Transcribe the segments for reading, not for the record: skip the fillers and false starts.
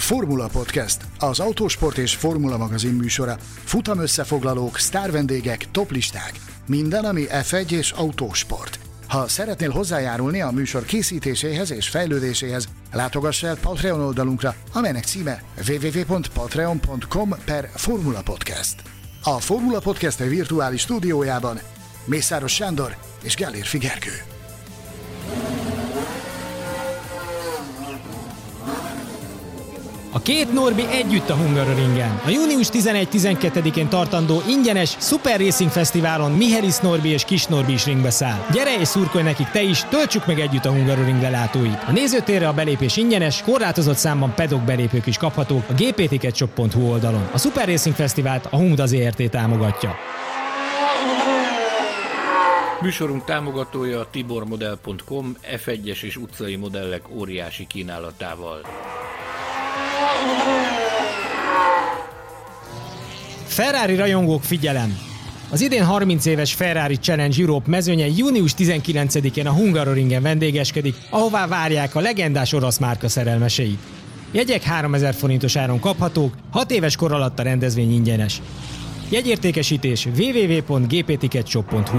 Formula Podcast, az autósport és formula magazin műsora. Futam összefoglalók, sztárvendégek, toplisták. Minden, ami F1 és autósport. Ha szeretnél hozzájárulni a műsor készítéséhez és fejlődéséhez, látogass el Patreon oldalunkra, amelynek címe www.patreon.com/Formula Podcast. A Formula Podcast virtuális stúdiójában Mészáros Sándor és Gellérfi Gergő. A két Norbi együtt a Hungaroringen. A június 11-12-én tartandó ingyenes Super Racing Fesztiválon Miheris Norbi és Kis Norbi is ringbe száll. Gyere és szurkolj nekik te is, töltsük meg együtt a Hungaroring lelátóit. A nézőtérre a belépés ingyenes, korlátozott számban pedok belépők is kaphatók a gpticketshop.hu oldalon. A Super Racing Fesztivált a Hungda ZRT támogatja. Műsorunk támogatója a tibormodel.com F1-es és utcai modellek óriási kínálatával. Ferrari rajongók, figyelem! Az idén 30 éves Ferrari Challenge Europe mezőnye június 19-én a Hungaroringen vendégeskedik, ahová várják a legendás orosz márka szerelmeseit. Jegyek 3000 forintos áron kaphatók, 6 éves kor alatt a rendezvény ingyenes. Jegyértékesítés www.gpticketshop.hu.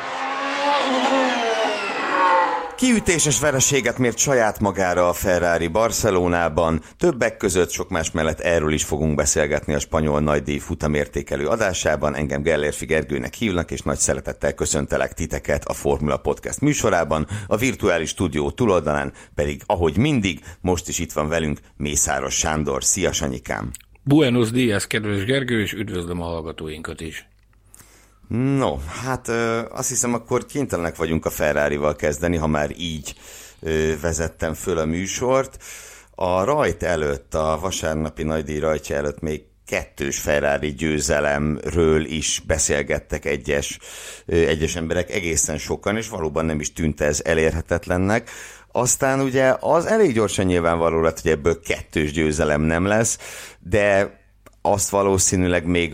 Kiütéses vereséget mért saját magára a Ferrari Barcelonában, többek között sok más mellett erről is fogunk beszélgetni a spanyol nagydíj futamértékelő adásában. Engem Gellérfi Gergőnek hívnak, és nagy szeretettel köszöntelek titeket a Formula Podcast műsorában, a virtuális stúdió túloldalán pedig, ahogy mindig, most is itt van velünk Mészáros Sándor. Szia, Sanyikám! Buenos días, kedves Gergő, és üdvözlöm a hallgatóinkat is! No, hát azt hiszem, akkor kénytelenek vagyunk a Ferrarival kezdeni, ha már így vezettem föl a műsort. A rajt előtt, a vasárnapi nagydíj rajtja előtt még kettős Ferrari győzelemről is beszélgettek egyes emberek, egészen sokan, és valóban nem is tűnt ez elérhetetlennek. Aztán ugye az elég gyorsan nyilvánvaló lett, hogy ebből kettős győzelem nem lesz, de azt valószínűleg még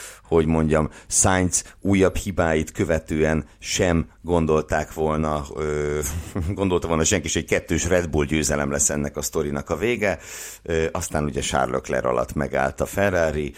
Sainz újabb hibáit követően sem gondolta volna senki is, hogy kettős Red Bull győzelem lesz ennek a sztorinak a vége. Aztán ugye Charles Leclerc alatt megállt a Ferrari.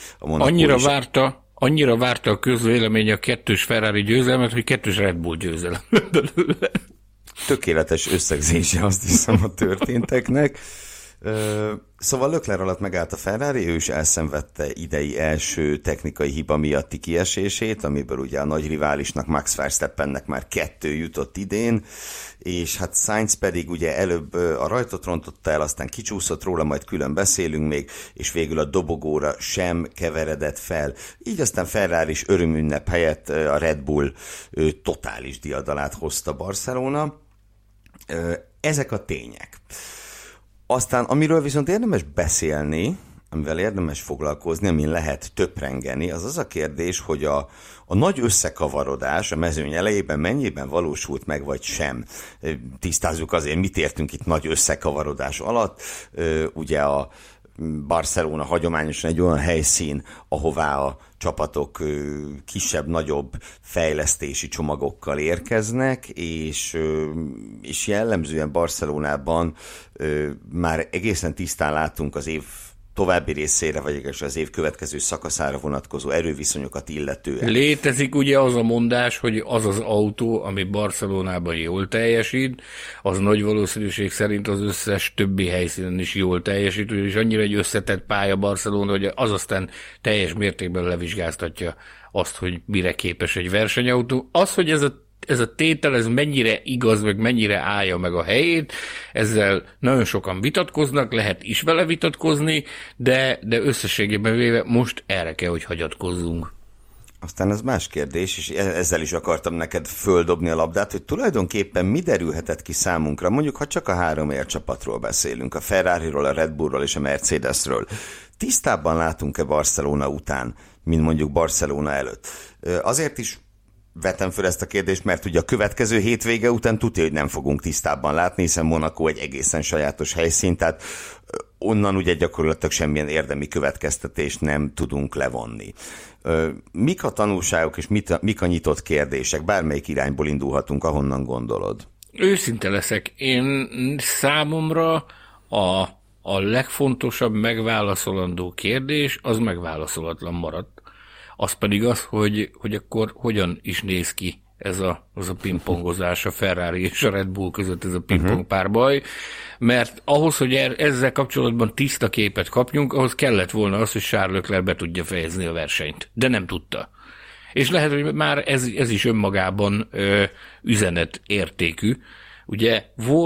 Annyira várta a közvélemény a kettős Ferrari győzelmet, hogy kettős Red Bull győzelem belőle. Tökéletes összegzése, azt hiszem, a történteknek. Szóval Leclerc alatt megállt a Ferrari, ő is elszenvedte idei első technikai hiba miatti kiesését, amiből ugye a nagy riválisnak, Max Verstappennek már 2 jutott idén, és hát Sainz pedig ugye előbb a rajtot rontotta el, aztán kicsúszott róla, majd külön beszélünk még, és végül a dobogóra sem keveredett fel. Így aztán Ferrari is örömünnep helyett a Red Bull totális diadalát hozta Barcelona. Ezek a tények. Aztán, amiről viszont érdemes beszélni, amivel érdemes foglalkozni, amin lehet töprengeni, az a kérdés, hogy a nagy összekavarodás a mezőny elejében mennyiben valósult meg, vagy sem. Tisztázzuk azért, mit értünk itt nagy összekavarodás alatt. Ugye a Barcelona hagyományosan egy olyan helyszín, ahová a csapatok kisebb-nagyobb fejlesztési csomagokkal érkeznek, és jellemzően Barcelonában már egészen tisztán látunk az év további részére, vagy az év következő szakaszára vonatkozó erőviszonyokat illetően. Létezik ugye az a mondás, hogy az az autó, ami Barcelonában jól teljesít, az nagy valószínűség szerint az összes többi helyszínen is jól teljesít, és annyira egy összetett pálya Barcelona, hogy az aztán teljes mértékben levizsgáztatja azt, hogy mire képes egy versenyautó. Az, hogy ez a tétel, ez mennyire igaz, meg mennyire állja meg a helyét, ezzel nagyon sokan vitatkoznak, lehet is vele vitatkozni, de összességében véve most erre kell, hogy hagyatkozzunk. Aztán ez más kérdés, és ezzel is akartam neked földobni a labdát, hogy tulajdonképpen mi derülhetett ki számunkra, mondjuk ha csak a 3 ércsapatról beszélünk, a Ferrariról, a Red Bullról és a Mercedesről. Tisztábban látunk-e Barcelona után, mint mondjuk Barcelona előtt? Azért is vetem föl ezt a kérdést, mert ugye a következő hétvége után tudja, hogy nem fogunk tisztábban látni, hiszen Monaco egy egészen sajátos helyszín, tehát onnan ugye gyakorlatilag semmilyen érdemi következtetést nem tudunk levonni. Mik a tanulságok és mik a nyitott kérdések? Bármelyik irányból indulhatunk, ahonnan gondolod. Őszinte leszek. Én számomra a a legfontosabb megválaszolandó kérdés az megválaszolatlan maradt. Az pedig az, hogy akkor hogyan is néz ki az a pingpongozás a Ferrari és a Red Bull között, ez a pingpong párbaj, mert ahhoz, hogy ezzel kapcsolatban tiszta képet kapjunk, ahhoz kellett volna az, hogy Charles Leclerc be tudja fejezni a versenyt, de nem tudta. És lehet, hogy már ez is önmagában üzenet értékű. Ugye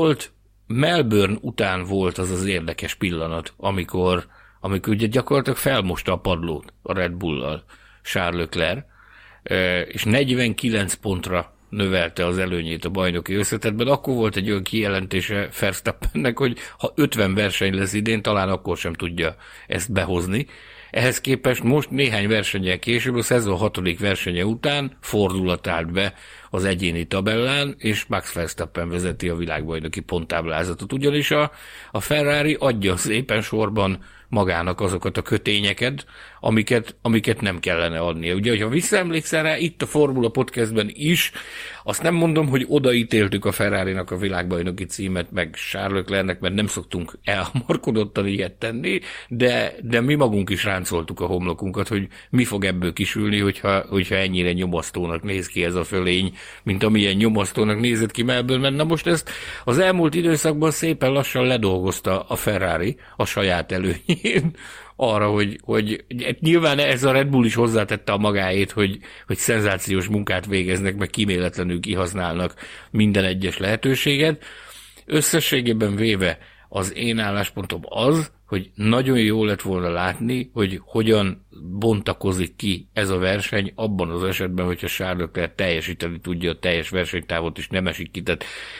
Melbourne után volt az érdekes pillanat, amikor ugye gyakorlatilag felmosta a padlót a Red Bull-al Charles Leclerc, és 49 pontra növelte az előnyét a bajnoki összetettben. Akkor volt egy olyan kijelentése Verstappennek, hogy ha 50 verseny lesz idén, talán akkor sem tudja ezt behozni. Ehhez képest most néhány versennyel később, a szezon 6. versenye után fordulat állt be az egyéni tabellán, és Max Verstappen vezeti a világbajnoki ponttáblázatot. Ugyanis a Ferrari adja szépen sorban magának azokat a kötényeket, amiket nem kellene adnia. Ugye, hogyha visszaemlékszel rá, itt a Formula Podcastben is, azt nem mondom, hogy odaítéltük a Ferrarinak a világbajnoki címet, meg Charles Leclercnek, mert nem szoktunk elmarkodottan ilyet tenni, de mi magunk is ráncoltuk a homlokunkat, hogy mi fog ebből kisülni, hogyha ennyire nyomasztónak néz ki ez a fölény, mint amilyen nyomasztónak nézett ki Melbourne. Na most ezt az elmúlt időszakban szépen lassan ledolgozta a Ferrari a saját előnyén, arra, hogy nyilván ez a Red Bull is hozzátette a magáét, hogy szenzációs munkát végeznek, meg kíméletlenül kihasználnak minden egyes lehetőséget. Összességében véve az én álláspontom az, hogy nagyon jó lett volna látni, hogy hogyan bontakozik ki ez a verseny abban az esetben, hogyha Charles Leclerc teljesíteni tudja a teljes versenytávot, és nem esik ki. Tehát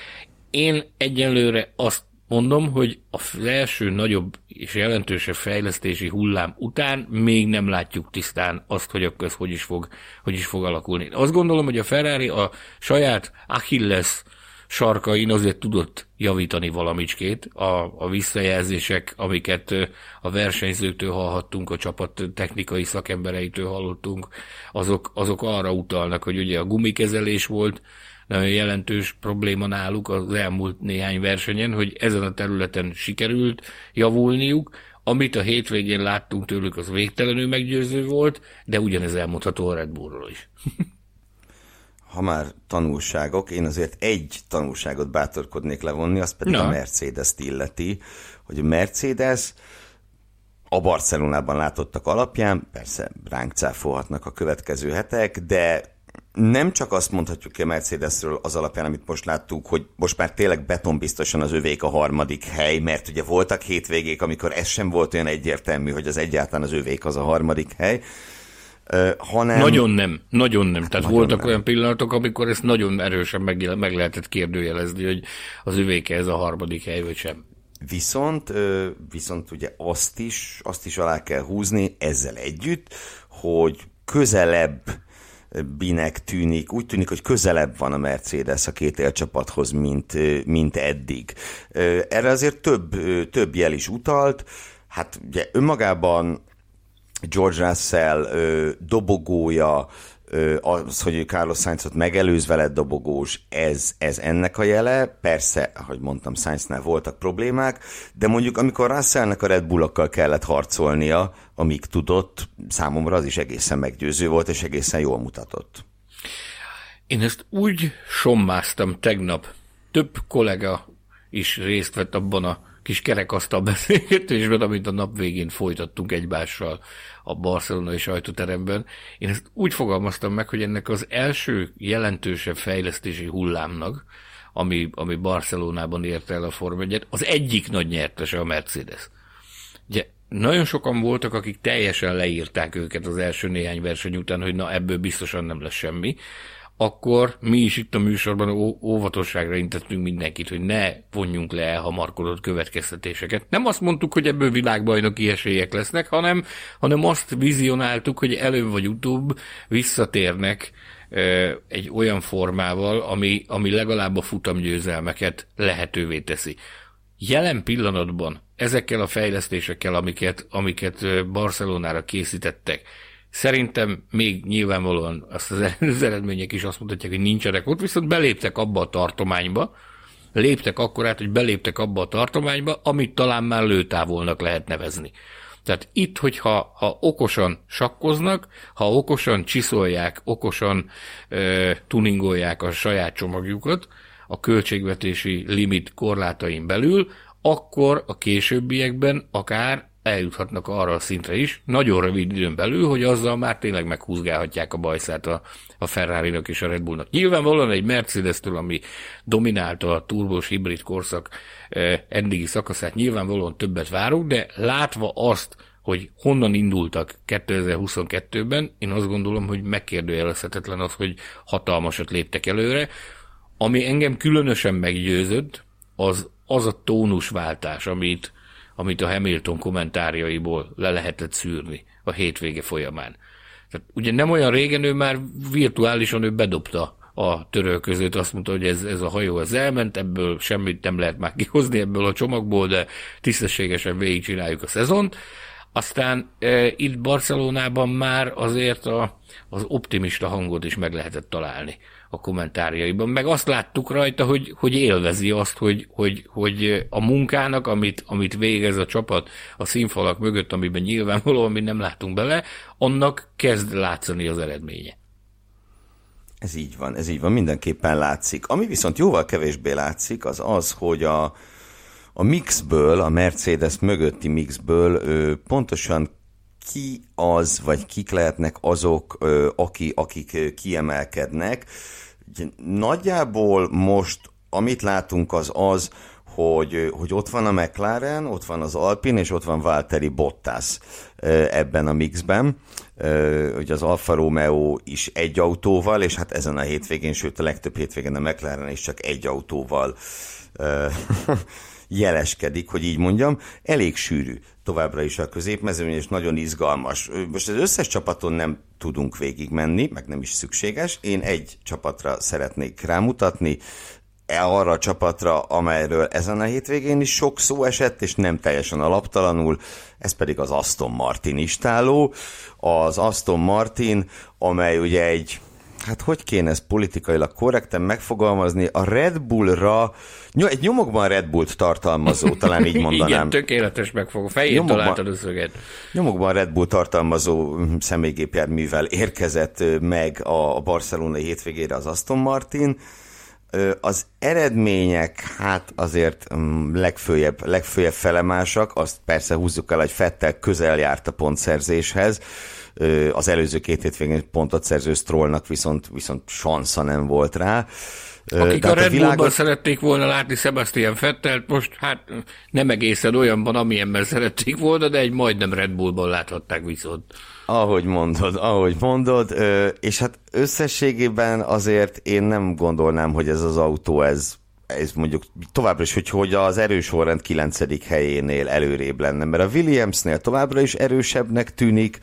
én egyenlőre azt mondom, hogy az első nagyobb és jelentősebb fejlesztési hullám után még nem látjuk tisztán azt, hogy akkor ez hogy is fog alakulni. Azt gondolom, hogy a Ferrari a saját Achilles sarkain azért tudott javítani valamicskét. A visszajelzések, amiket a versenyzőktől hallhattunk, a csapat technikai szakembereitől hallottunk, azok arra utalnak, hogy ugye a gumikezelés volt nagyon jelentős probléma náluk az elmúlt néhány versenyen, hogy ezen a területen sikerült javulniuk. Amit a hétvégén láttunk tőlük, az végtelenül meggyőző volt, de ugyanez elmondható a Red Bullról is. Ha már tanulságok, én azért egy tanulságot bátorkodnék levonni, az pedig a Mercedes-t illeti, hogy a Mercedes a Barcelonában látottak alapján, persze ránk cáfolhatnak a következő hetek, de nem csak azt mondhatjuk ki a Mercedesről az alapján, amit most láttuk, hogy most már tényleg betonbiztosan az övék a 3. hely, mert ugye voltak hétvégék, amikor ez sem volt olyan egyértelmű, hogy az egyáltalán az övék az a 3. hely, hanem... Nagyon nem. Tehát nagyon voltak nem. Olyan pillanatok, amikor ezt nagyon erősen meg lehetett kérdőjelezni, hogy az övéke ez a 3. hely, vagy sem. Viszont ugye azt is alá kell húzni ezzel együtt, hogy közelebb binek tűnik, úgy tűnik, hogy közelebb van a Mercedes a két élcsapathoz, mint eddig. Erre azért több jel is utalt. Hát ugye önmagában George Russell dobogója, az, hogy Carlos Sainzot megelőzve lett dobogós, ez ennek a jele. Persze, ahogy mondtam, Sainznál voltak problémák, de mondjuk amikor Russellnek a Red Bullokkal kellett harcolnia, amíg tudott, számomra az is egészen meggyőző volt, és egészen jól mutatott. Én ezt úgy sommáztam tegnap, több kollega is részt vett abban a kis kerekasztal beszélgetésben, amit a nap végén folytattunk egymással a barcelonai sajtóteremben. Én ezt úgy fogalmaztam meg, hogy ennek az első jelentősebb fejlesztési hullámnak, ami Barcelonában ért el a Forma 1-et, az egyik nagy nyertese a Mercedes. Ugye nagyon sokan voltak, akik teljesen leírták őket az első néhány verseny után, hogy na ebből biztosan nem lesz semmi. Akkor mi is itt a műsorban óvatosságra intettünk mindenkit, hogy ne vonjunk le elhamarkodott következtetéseket. Nem azt mondtuk, hogy ebből világbajnoki esélyek lesznek, hanem azt vizionáltuk, hogy előbb vagy utóbb visszatérnek egy olyan formával, ami legalább a futamgyőzelmeket lehetővé teszi. Jelen pillanatban ezekkel a fejlesztésekkel, amiket Barcelonára készítettek, szerintem még nyilvánvalóan azt az eredmények is azt mutatják, hogy nincsenek ott, viszont beléptek abba a tartományba, léptek akkorát, hogy beléptek abba a tartományba, amit talán már lőtávolnak lehet nevezni. Tehát itt, hogyha okosan sakkoznak, ha okosan csiszolják, okosan tuningolják a saját csomagjukat a költségvetési limit korlátain belül, akkor a későbbiekben akár eljuthatnak arra a szintre is, nagyon rövid időn belül, hogy azzal már tényleg meghúzgálhatják a bajszát a Ferrarinak és a Red Bullnak. Nyilvánvalóan egy Mercedes-től, ami dominálta a turbós hibrid korszak eddigi szakaszát, nyilvánvalóan többet várunk, de látva azt, hogy honnan indultak 2022-ben, én azt gondolom, hogy megkérdőjelezhetetlen az, hogy hatalmasat léptek előre. Ami engem különösen meggyőzött, az a tónusváltás, amit a Hamilton kommentárjaiból le lehetett szűrni a hétvége folyamán. Tehát ugye nem olyan régen ő már virtuálisan bedobta a törölközőt, azt mondta, hogy ez a hajó ez elment, ebből semmit nem lehet már kihozni ebből a csomagból, de tisztességesen végigcsináljuk a szezont. Aztán itt Barcelonában már azért az optimista hangot is meg lehetett találni a kommentárjaiban. Meg azt láttuk rajta, hogy élvezi azt, hogy a munkának, amit végez a csapat a színfalak mögött, amiben nyilvánvalóan mi nem látunk bele, annak kezd látszani az eredménye. Ez így van, mindenképpen látszik. Ami viszont jóval kevésbé látszik, az, hogy a mixből, a Mercedes mögötti mixből pontosan ki az, vagy kik lehetnek azok, akik kiemelkednek. Nagyjából most, amit látunk, az, hogy ott van a McLaren, ott van az Alpine, és ott van Valtteri Bottas ebben a mixben. Ugye az Alfa Romeo is egy autóval, és hát ezen a hétvégén, sőt a legtöbb hétvégén a McLaren is csak egy autóval jeleskedik, hogy így mondjam. Elég sűrű továbbra is a középmezőny, és nagyon izgalmas. Most az összes csapaton nem tudunk végigmenni, meg nem is szükséges. Én egy csapatra szeretnék rámutatni, arra a csapatra, amelyről ezen a hétvégén is sok szó esett, és nem teljesen alaptalanul, ez pedig az Aston Martin istáló. Az Aston Martin, amely ugye egy kéne ezt politikailag korrekten megfogalmazni, a Red Bullra, egy nyomokban Red Bullt tartalmazó, talán így mondanám. Igen, tökéletes megfogó, fején találtad a szöget. Nyomokban Red Bull tartalmazó személygépjárművel érkezett meg a barcelonai hétvégére az Aston Martin. Az eredmények azért legfőjebb felemásak, azt persze húzzuk el, hogy Vettel közel járt a pontszerzéshez, az előző két hétvégén pontot szerző Strollnak viszont sansza nem volt rá. Akik a Red Bullban szerették volna látni Sebastian Vettelt, most nem egészen olyanban, amilyenben szerették volna, de egy majdnem Red Bullban láthatták viszont. Ahogy mondod, és hát összességében azért én nem gondolnám, hogy ez az autó, ez mondjuk továbbra is, hogy az erős sorrend 9. helyénél előrébb lenne, mert a Williamsnél továbbra is erősebbnek tűnik,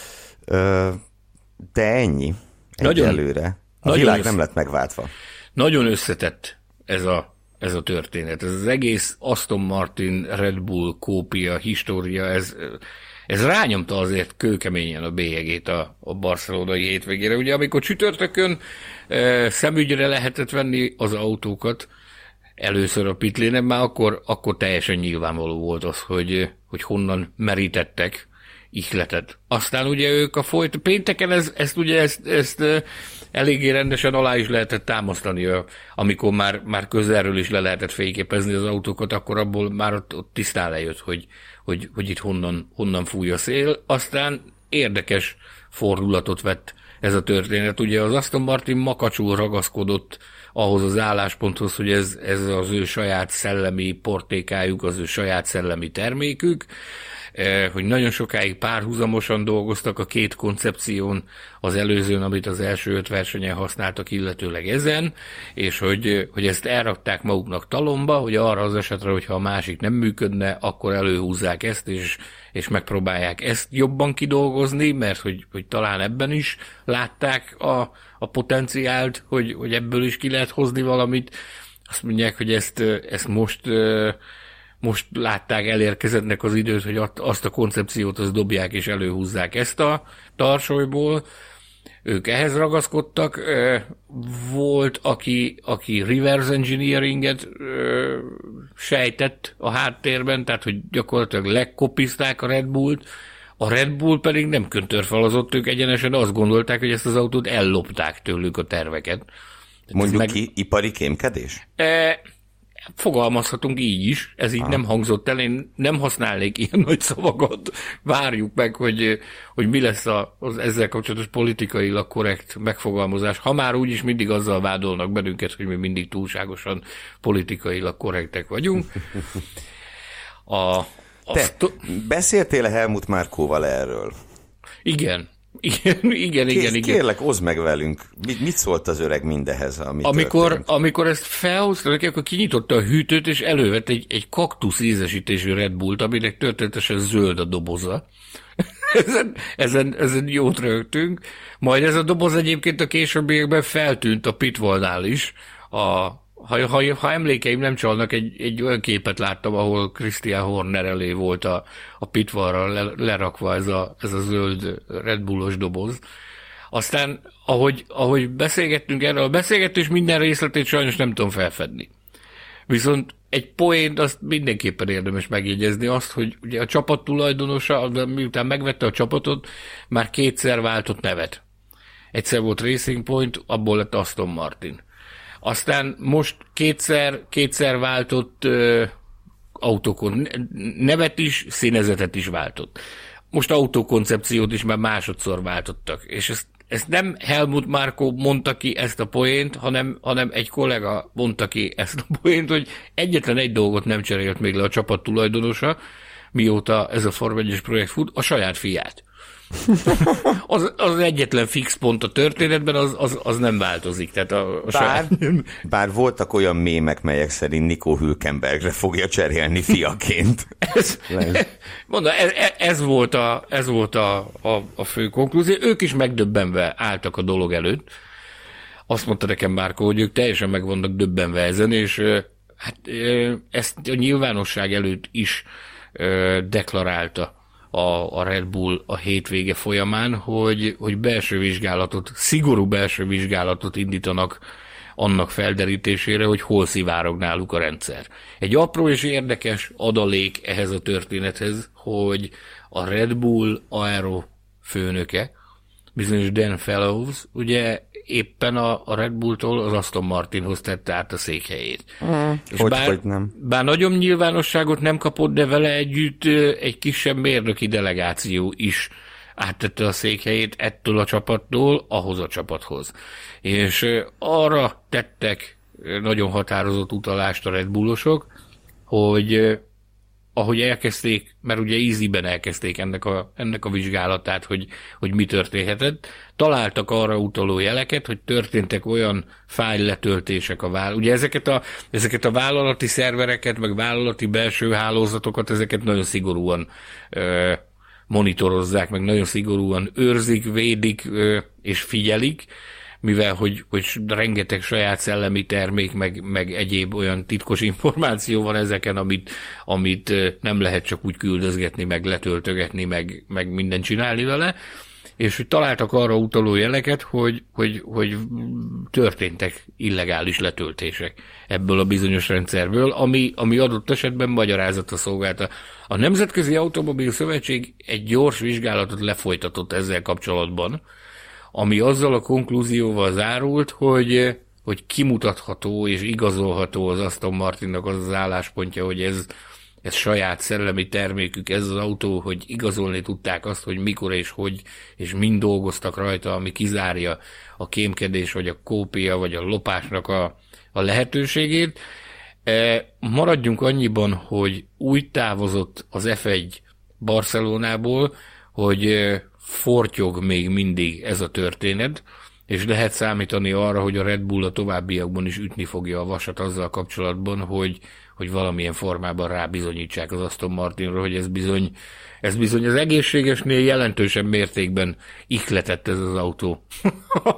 de ennyi egyelőre. A világ nem lett megváltva. Nagyon összetett ez a történet. Ez az egész Aston Martin Red Bull kópia, história, ez rányomta azért kőkeményen a bélyegét a barcelonai hétvégére. Ugye amikor csütörtökön szemügyre lehetett venni az autókat, először a pitlénen, már akkor teljesen nyilvánvaló volt az, hogy honnan merítettek ihletet. Aztán ugye ők pénteken ezt eléggé rendesen alá is lehetett támasztani, amikor már közelről is le lehetett fényképezni az autókat, akkor abból már ott tisztán lejött, hogy itt honnan fúj a szél. Aztán érdekes fordulatot vett ez a történet. Ugye az Aston Martin makacsul ragaszkodott ahhoz az állásponthoz, hogy ez az ő saját szellemi portékájuk, az ő saját szellemi termékük, hogy nagyon sokáig párhuzamosan dolgoztak a két koncepción, az előzőn, amit az első 5 versenyen használtak, illetőleg ezen, és hogy ezt elrakták maguknak talomba, hogy arra az esetre, hogyha a másik nem működne, akkor előhúzzák ezt, és megpróbálják ezt jobban kidolgozni, mert hogy talán ebben is látták a potenciált, hogy ebből is ki lehet hozni valamit. Azt mondják, hogy ezt most látták, elérkezettnek az időt, hogy azt a koncepciót azt dobják és előhúzzák ezt a tarsolyból. ők ehhez ragaszkodtak. Volt, aki reverse engineeringet sejtett a háttérben, tehát hogy gyakorlatilag lekopizták a Red Bullt, a Red Bull pedig nem köntörfalazott, ők egyenesen azt gondolták, hogy ezt az autót ellopták tőlük a terveket. Mondjuk ki ipari kémkedés? Fogalmazhatunk így is, ez így nem hangzott el, én nem használnék ilyen nagy szavakat, várjuk meg, hogy mi lesz az ezzel kapcsolatos politikailag korrekt megfogalmazás. Ha már úgyis mindig azzal vádolnak bennünket, hogy mi mindig túlságosan politikailag korrektek vagyunk. Beszéltél Helmut Markóval erről? Igen. Kérlek, oszd meg velünk. Mit szólt az öreg mindehez, amikor ezt felhozta neki, akkor kinyitotta a hűtőt, és elővett egy kaktusz ízesítésű Red Bullt, aminek történetesen zöld a doboza. ezen jót rögtünk. Majd ez a doboz egyébként a későbbiekben feltűnt a Pitwallnál is. Ha emlékeim nem csalnak, egy olyan képet láttam, ahol Christian Horner elé volt a Pitwallra lerakva ez a zöld Red Bullos doboz. Aztán, ahogy beszélgettünk erről, a beszélgetés minden részletét sajnos nem tudom felfedni. Viszont egy poént azt mindenképpen érdemes megjegyezni, azt, hogy ugye a csapat tulajdonosa, miután megvette a csapatot, már kétszer váltott nevet. Egyszer volt Racing Point, abból lett Aston Martin. Aztán most kétszer váltott autókon, nevet is, színezetet is váltott. Most autókoncepciót is már másodszor váltottak. És ezt nem Helmut Marko mondta ki ezt a poént, hanem egy kollega mondta ki ezt a poént, hogy egyetlen egy dolgot nem cserélt még le a csapat tulajdonosa, mióta ez a Form 1-es projekt fut, a saját fiát. Az egyetlen fix pont a történetben, az nem változik. Tehát bár voltak olyan mémek, melyek szerint Nico Hülkenbergre fogja cserélni fiaként. Ez volt a fő konklúzió. Ők is megdöbbenve álltak a dolog előtt. Azt mondta nekem Márko, hogy ők teljesen meg vannak döbbenve ezen, és ezt a nyilvánosság előtt is deklarálta a Red Bull a hétvége folyamán, hogy belső vizsgálatot, szigorú belső vizsgálatot indítanak annak felderítésére, hogy hol szivárog náluk a rendszer. Egy apró és érdekes adalék ehhez a történethez, hogy a Red Bull aero főnöke, bizonyos Dan Fellows, ugye éppen a Red Bulltól az Aston Martinhoz tette át a székhelyét. És bár nagyobb nyilvánosságot nem kapott, de vele együtt egy kisebb mérnöki delegáció is áttette a székhelyét ettől a csapattól ahhoz a csapathoz. És arra tettek nagyon határozott utalást a Red Bullosok, hogy ahogy elkezdték, mert ugye easyben elkezdték ennek a vizsgálatát, hogy mi történhetett, találtak arra utaló jeleket, hogy történtek olyan fájlletöltések ugye ezeket a vállalati szervereket, meg vállalati belső hálózatokat, ezeket nagyon szigorúan monitorozzák, meg nagyon szigorúan őrzik, védik és figyelik, mivel hogy rengeteg saját szellemi termék, meg egyéb olyan titkos információ van ezeken, amit nem lehet csak úgy küldözgetni, meg letöltögetni, meg mindent csinálni vele, és hogy találtak arra utaló jeleket, hogy történtek illegális letöltések ebből a bizonyos rendszerből, ami adott esetben magyarázatra szolgálta. A Nemzetközi Automobil Szövetség egy gyors vizsgálatot lefolytatott ezzel kapcsolatban, ami azzal a konklúzióval zárult, hogy kimutatható és igazolható az Aston Martinnak az álláspontja, hogy ez saját szellemi termékük, ez az autó, hogy igazolni tudták azt, hogy mikor és hogy, és mind dolgoztak rajta, ami kizárja a kémkedés, vagy a kópia, vagy a lopásnak a lehetőségét. Maradjunk annyiban, hogy úgy távozott az F1 Barcelonából, hogy fortyog még mindig ez a történet, és lehet számítani arra, hogy a Red Bull a továbbiakban is ütni fogja a vasat azzal kapcsolatban, hogy valamilyen formában rábizonyítsák az Aston Martinra, hogy ez bizony az egészségesnél jelentősebb mértékben ihletett ez az autó.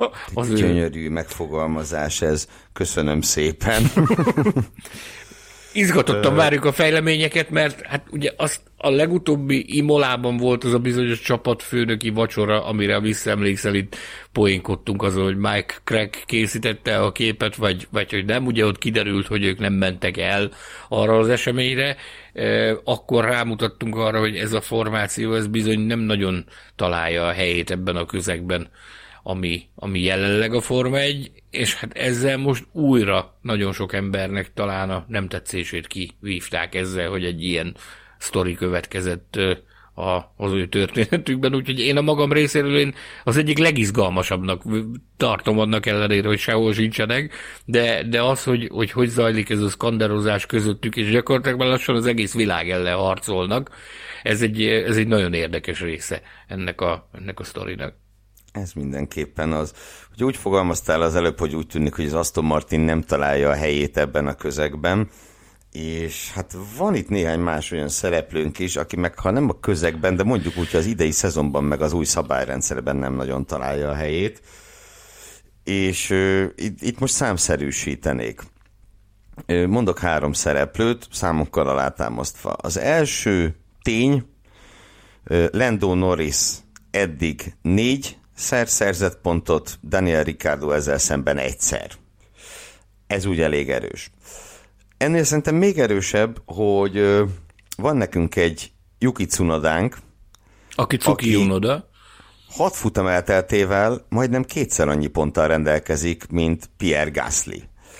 Gyönyörű megfogalmazás ez. Köszönöm szépen. Izgatottan várjuk a fejleményeket, mert hát ugye a legutóbbi Imolában volt az a bizonyos csapatfőnöki vacsora, amire visszaemlékszel, itt poénkodtunk azon, hogy Mike Craig készítette a képet, vagy hogy nem, ugye ott kiderült, hogy ők nem mentek el arra az eseményre, akkor rámutattunk arra, hogy ez a formáció, ez bizony nem nagyon találja a helyét ebben a közegben, ami jelenleg a Forma 1, és hát ezzel most újra nagyon sok embernek talán a nem tetszését kivívták ezzel, hogy egy ilyen sztori következett az ő történetükben, úgyhogy én a magam részéről én az egyik legizgalmasabbnak tartom annak ellenére, hogy sehol sincsenek, de az, hogy zajlik ez a szkanderozás közöttük, és gyakorlatilag már lassan az egész világ ellen harcolnak, ez egy nagyon érdekes része ennek a sztorinak. Ez mindenképpen az. Hogy úgy fogalmaztál az előbb, hogy úgy tűnik, hogy az Aston Martin nem találja a helyét ebben a közegben, és hát van itt néhány más olyan szereplőnk is, aki meg ha nem a közegben, de mondjuk úgy, hogy az idei szezonban meg az új szabályrendszerben nem nagyon találja a helyét, és itt most számszerűsítenék. Mondok 3 szereplőt, számokkal alátámasztva. Az első tény, Lando Norris eddig 4-szer szerzett pontot, Daniel Ricciardo ezzel szemben 1-szer. Ez úgy elég erős. Ennél szerintem még erősebb, hogy van nekünk egy Yuki Tsunodánk, aki Cuki Unoda. 6 futam elteltével majdnem 2-szer annyi ponttal rendelkezik, mint Pierre Gasly.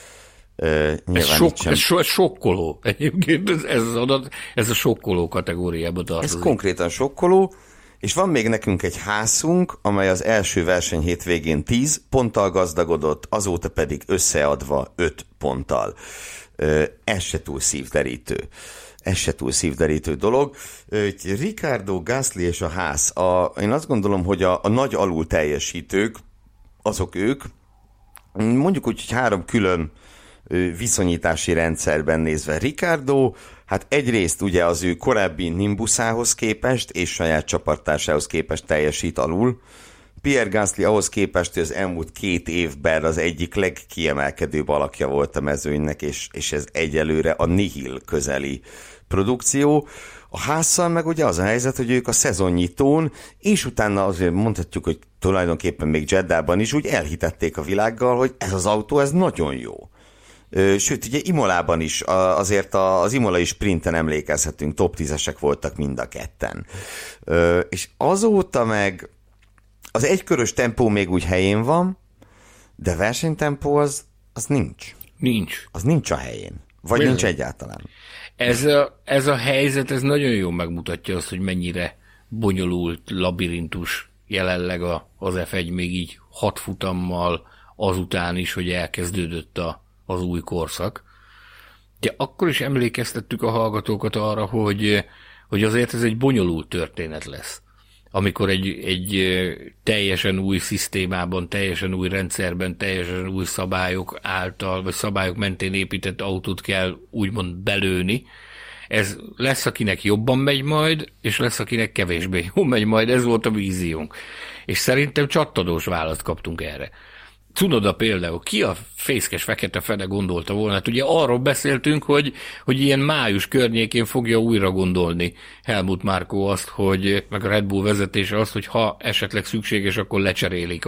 Ez sokkoló. Egyébként ez az adat, ez a sokkoló kategóriába tartozik. Ez konkrétan sokkoló, és van még nekünk egy házunk, amely az első verseny hétvégén 10 ponttal gazdagodott, azóta pedig összeadva 5 ponttal. Ez se túl szívderítő dolog. Ricciardo, Gasly és a ház. Én azt gondolom, hogy a nagy alul teljesítők, azok ők, mondjuk úgy, hogy 3 külön viszonyítási rendszerben nézve. Ricciardo, hát egyrészt ugye az ő korábbi Nimbusához képest és saját csapattársához képest teljesít alul. Pierre Gasly ahhoz képest, hogy az elmúlt 2 évben az egyik legkiemelkedőbb alakja volt a mezőnynek, és ez egyelőre a nihil közeli produkció. A Haasszal meg ugye az a helyzet, hogy ők a szezonnyitón, és utána azért mondhatjuk, hogy tulajdonképpen még Jeddában is úgy elhitették a világgal, hogy ez az autó, ez nagyon jó. Sőt, ugye Imolában is, azért az imolai sprinten emlékezhetünk, top 10-esek voltak mind a ketten. És azóta meg az egykörös tempó még úgy helyén van, de versenytempó az nincs. Nincs. Az nincs a helyén. Vagy bizony. Nincs egyáltalán. Ez a helyzet, ez nagyon jól megmutatja azt, hogy mennyire bonyolult labirintus jelenleg az F1 még így 6 futammal azután is, hogy elkezdődött az új korszak. De akkor is emlékeztettük a hallgatókat arra, hogy azért ez egy bonyolult történet lesz. Amikor egy teljesen új szisztémában, teljesen új rendszerben, teljesen új szabályok által, vagy szabályok mentén épített autót kell úgymond belőni. Ez lesz, akinek jobban megy majd, és lesz, akinek kevésbé jól megy majd. Ez volt a víziónk. És szerintem csattadós választ kaptunk erre. Tsunoda például, ki a fészkes fekete fene gondolta volna? Hát ugye arról beszéltünk, hogy ilyen május környékén fogja újra gondolni Helmut Marko azt, hogy meg a Red Bull vezetése azt, hogy ha esetleg szükséges, akkor lecserélik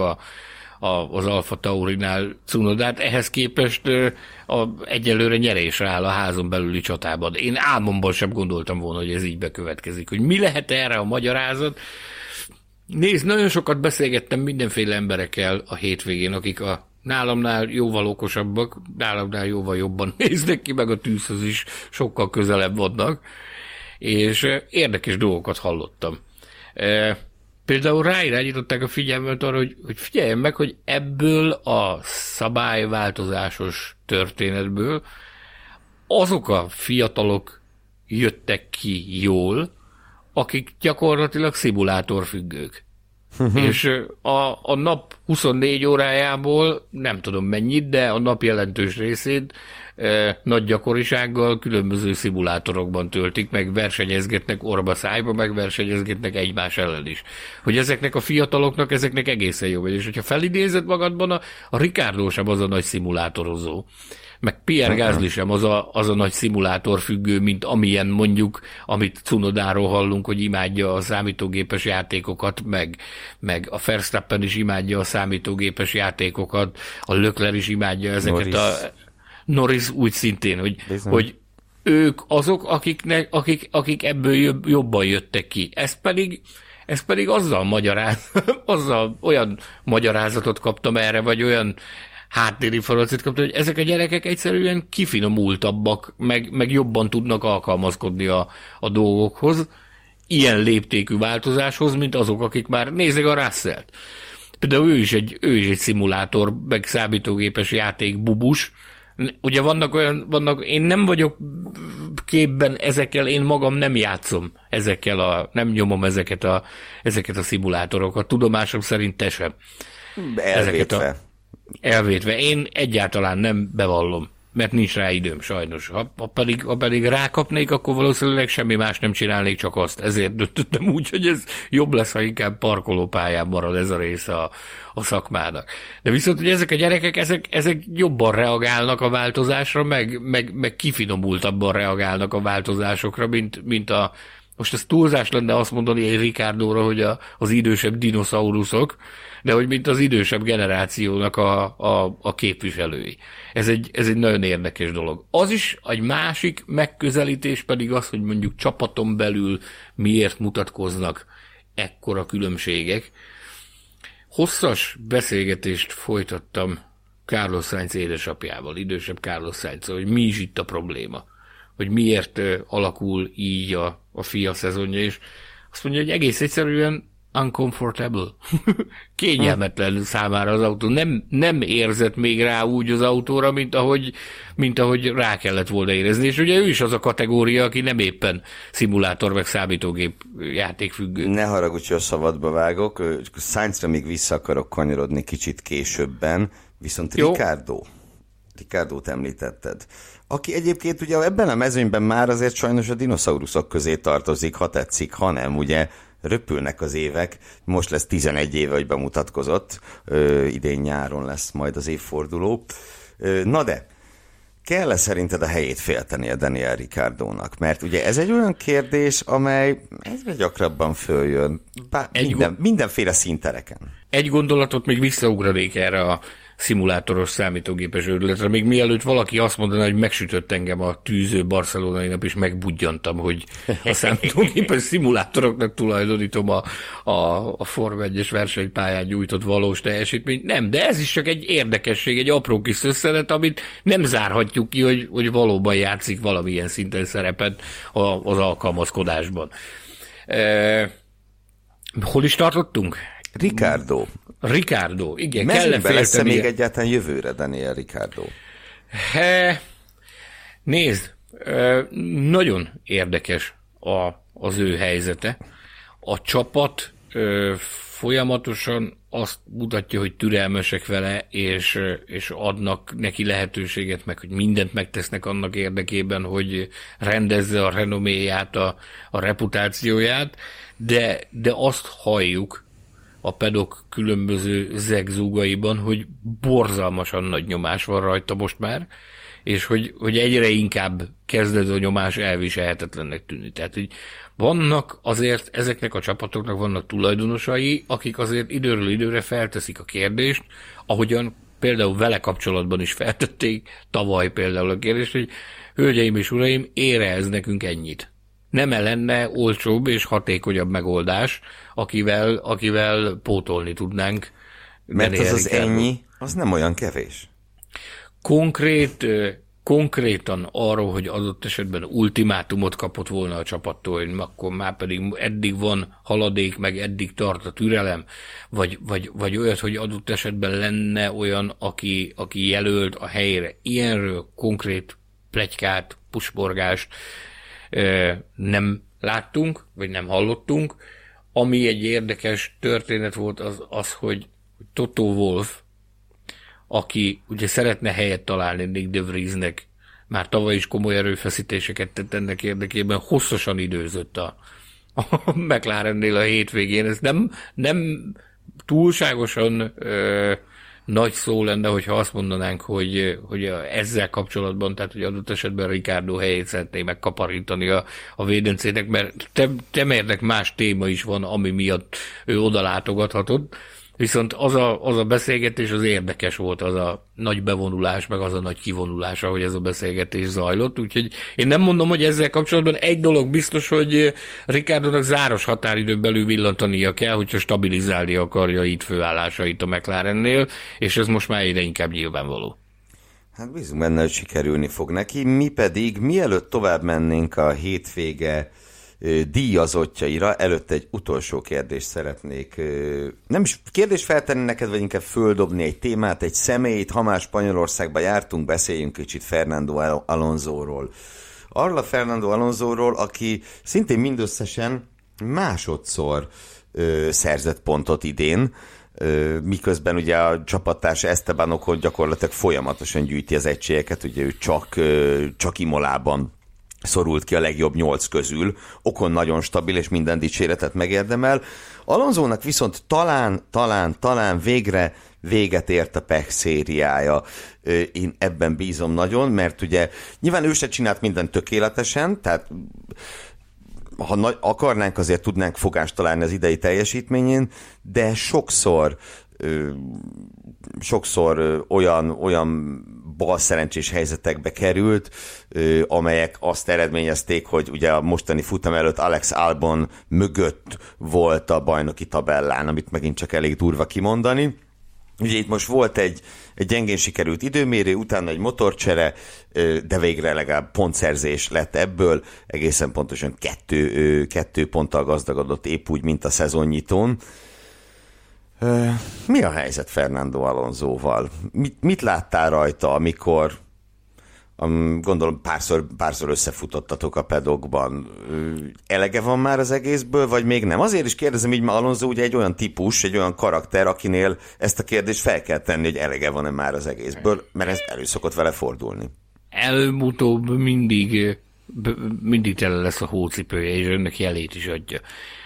az Alfa Taurinál Tsunodát. Ehhez képest egyelőre nyerésre áll a házon belüli csatában. Én álmomban sem gondoltam volna, hogy ez így bekövetkezik. Hogy mi lehet erre a magyarázat? Nézd, nagyon sokat beszélgettem mindenféle emberekkel a hétvégén, akik a nálamnál jóval okosabbak, nálamnál jóval jobban néznek ki, meg a tűzhöz is sokkal közelebb vannak, és érdekes dolgokat hallottam. Például ráirányították a figyelmet arra, hogy figyeljen meg, hogy ebből a szabályváltozásos történetből azok a fiatalok jöttek ki jól, akik gyakorlatilag szimulátorfüggők. És a nap 24 órájából nem tudom mennyit, de a nap jelentős részét nagy gyakorisággal különböző szimulátorokban töltik, meg versenyezgetnek orba szájba, meg versenyezgetnek egymás ellen is. Hogy ezeknek a fiataloknak, ezeknek egészen jó. És hogyha felidézed magadban, a Ricciardo sem az a nagy szimulátorozó. Meg Pierre Gasly sem az a nagy szimulátor függő, mint amilyen mondjuk, amit Cunodáról hallunk, hogy imádja a számítógépes játékokat, meg a Verstappen is imádja a számítógépes játékokat, a Leclerc is imádja ezeket Norris úgy szintén, hogy ők azok, akik ebből jobban jöttek ki. Ez pedig azzal olyan magyarázatot kaptam erre, vagy olyan háttérinformációt kaptam, hogy ezek a gyerekek egyszerűen kifinomultabbak, meg jobban tudnak alkalmazkodni a dolgokhoz, ilyen léptékű változáshoz, mint azok, akik már nézzek a Russellt. Például ő is egy szimulátor, meg számítógépes játék bubus. Ugye vannak, én nem vagyok képben ezekkel, én magam nem játszom nem nyomom ezeket a szimulátorokat, tudomásom szerint te sem. Elvétve. Én egyáltalán nem bevallom, mert nincs rá időm sajnos. Ha pedig rákapnék, akkor valószínűleg semmi más nem csinálnék, csak azt. Ezért döntöttem úgy, hogy ez jobb lesz, ha inkább parkolópályán marad ez a része a szakmának. De viszont, hogy ezek a gyerekek, ezek jobban reagálnak a változásra, meg kifinomultabban reagálnak a változásokra, mint most ez túlzás lenne azt mondani egy Ricciardóra, hogy az idősebb dinoszauruszok, de hogy mint az idősebb generációnak a képviselői. Ez egy nagyon érdekes dolog. Az is egy másik megközelítés pedig az, hogy mondjuk csapaton belül miért mutatkoznak ekkora különbségek. Hosszas beszélgetést folytattam Carlos Sainz édesapjával, idősebb Carlos Sainz, hogy mi is itt a probléma, hogy miért alakul így a FIA szezonja, és azt mondja, hogy egész egyszerűen uncomfortable. Kényelmetlen számára az autó. Nem érzett még rá úgy az autóra, mint ahogy rá kellett volna érezni. És ugye ő is az a kategória, aki nem éppen szimulátor meg számítógép játékfüggő. Ne haragudj, hogy a szabadba vágok. Sainzra még vissza akarok kanyarodni kicsit későbben, viszont Ricciardót említetted, aki egyébként ugye ebben a mezőnyben már azért sajnos a dinoszauruszok közé tartozik, ha tetszik, ha nem, ugye röpülnek az évek, most lesz 11 éve, hogy bemutatkozott, idén nyáron lesz majd az évforduló. Na de, kell-e szerinted a helyét félteni a Daniel Ricciardónak? Mert ugye ez egy olyan kérdés, amely egyre gyakrabban följön, mindenféle színtereken. Egy gondolatot még visszaugranék erre a szimulátoros számítógépes őrületre. Még mielőtt valaki azt mondaná, hogy megsütött engem a tűző barcelonai nap, és megbudjantam, hogy a számítógépes szimulátoroknak tulajdonítom a Form 1-es versenypályán nyújtott valós teljesítményt. Nem, de ez is csak egy érdekesség, egy apró kis szösszenet, amit nem zárhatjuk ki, hogy valóban játszik valamilyen szinten szerepet az alkalmazkodásban. Hol is tartottunk? Ricciardo, igen. Mezőnyben lesz még egyáltalán jövőre Daniel Ricciardo? Nézd, nagyon érdekes az ő helyzete. A csapat folyamatosan azt mutatja, hogy türelmesek vele, és adnak neki lehetőséget, meg hogy mindent megtesznek annak érdekében, hogy rendezze a renoméját, a reputációját, de azt halljuk a pedok különböző zegzúgaiban, hogy borzalmasan nagy nyomás van rajta most már, és hogy egyre inkább kezd a nyomás elviselhetetlennek tűnni. Tehát, hogy vannak azért, ezeknek a csapatoknak vannak tulajdonosai, akik azért időről időre felteszik a kérdést, ahogyan például vele kapcsolatban is feltették tavaly például a kérdést, hogy hölgyeim és uraim, ér ez nekünk ennyit? Nem-e lenne olcsóbb és hatékonyabb megoldás, akivel pótolni tudnánk? Mert az ennyi, az nem olyan kevés. Konkrétan arról, hogy adott esetben ultimátumot kapott volna a csapattól, hogy akkor már pedig eddig van haladék, meg eddig tart a türelem, vagy olyat, hogy adott esetben lenne olyan, aki jelölt a helyre. Ilyenről konkrét pletykát, pusborgást nem láttunk, vagy nem hallottunk. Ami egy érdekes történet volt az, hogy Toto Wolff, aki ugye szeretne helyet találni Nick de Vriesnek, már tavaly is komoly erőfeszítéseket tett ennek érdekében, hosszasan időzött a McLarennél a hétvégén. Ez nem túlságosan nagy szó lenne, hogyha azt mondanánk, hogy ezzel kapcsolatban, tehát hogy adott esetben Ricciardo helyét szeretné megkaparítani a védencének, mert Temernek más téma is van, ami miatt ő oda látogathatott. Viszont az a beszélgetés az érdekes volt, az a nagy bevonulás, meg az a nagy kivonulás, ahogy ez a beszélgetés zajlott. Úgyhogy én nem mondom, hogy ezzel kapcsolatban egy dolog biztos, hogy Ricciardónak záros határidőn belül villantania kell, hogyha stabilizálni akarja itt főállásait a McLarennél, és ez most már egyre inkább nyilvánvaló. Hát bízunk benne, hogy sikerülni fog neki, mi pedig mielőtt tovább mennénk a hétvége díjazottjaira, előtt egy utolsó kérdést szeretnék, nem is kérdést feltenni neked, vagy inkább földobni egy témát, egy személyt. Ha már Spanyolországba jártunk, beszéljünk kicsit Fernando Alonsóról. Arról a Fernando Alonsóról, aki szintén mindösszesen másodszor szerzett pontot idén, miközben ugye a csapattársa Esteban Ocon gyakorlatilag folyamatosan gyűjti az egységeket, ugye ő csak Imolában szorult ki a legjobb 8 közül. Ocon nagyon stabil, és minden dicséretet megérdemel. Alonsónak viszont talán végre véget ért a pech szériája. Én ebben bízom nagyon, mert ugye nyilván ő se csinált mindent tökéletesen, tehát ha akarnánk, azért tudnánk fogást találni az idei teljesítményén, de sokszor olyan balszerencsés helyzetekbe került, amelyek azt eredményezték, hogy ugye a mostani futam előtt Alex Albon mögött volt a bajnoki tabellán, amit megint csak elég durva kimondani. Ugye itt most volt egy gyengén sikerült időmérő, utána egy motorcsere, de végre legalább pontszerzés lett ebből, egészen pontosan 2 ponttal gazdagodott épp úgy, mint a szezonnyitón. Mi a helyzet Fernando Alonsóval? Mit láttál rajta, amikor gondolom párszor összefutottatok a pedokban? Elege van már az egészből, vagy még nem? Azért is kérdezem így, mert Alonso ugye egy olyan típus, egy olyan karakter, akinél ezt a kérdést fel kell tenni, hogy elege van-e már az egészből, mert ez elő szokott vele fordulni. Előbb-utóbb mindig tele lesz a hócipője, és önnek jelét is adja.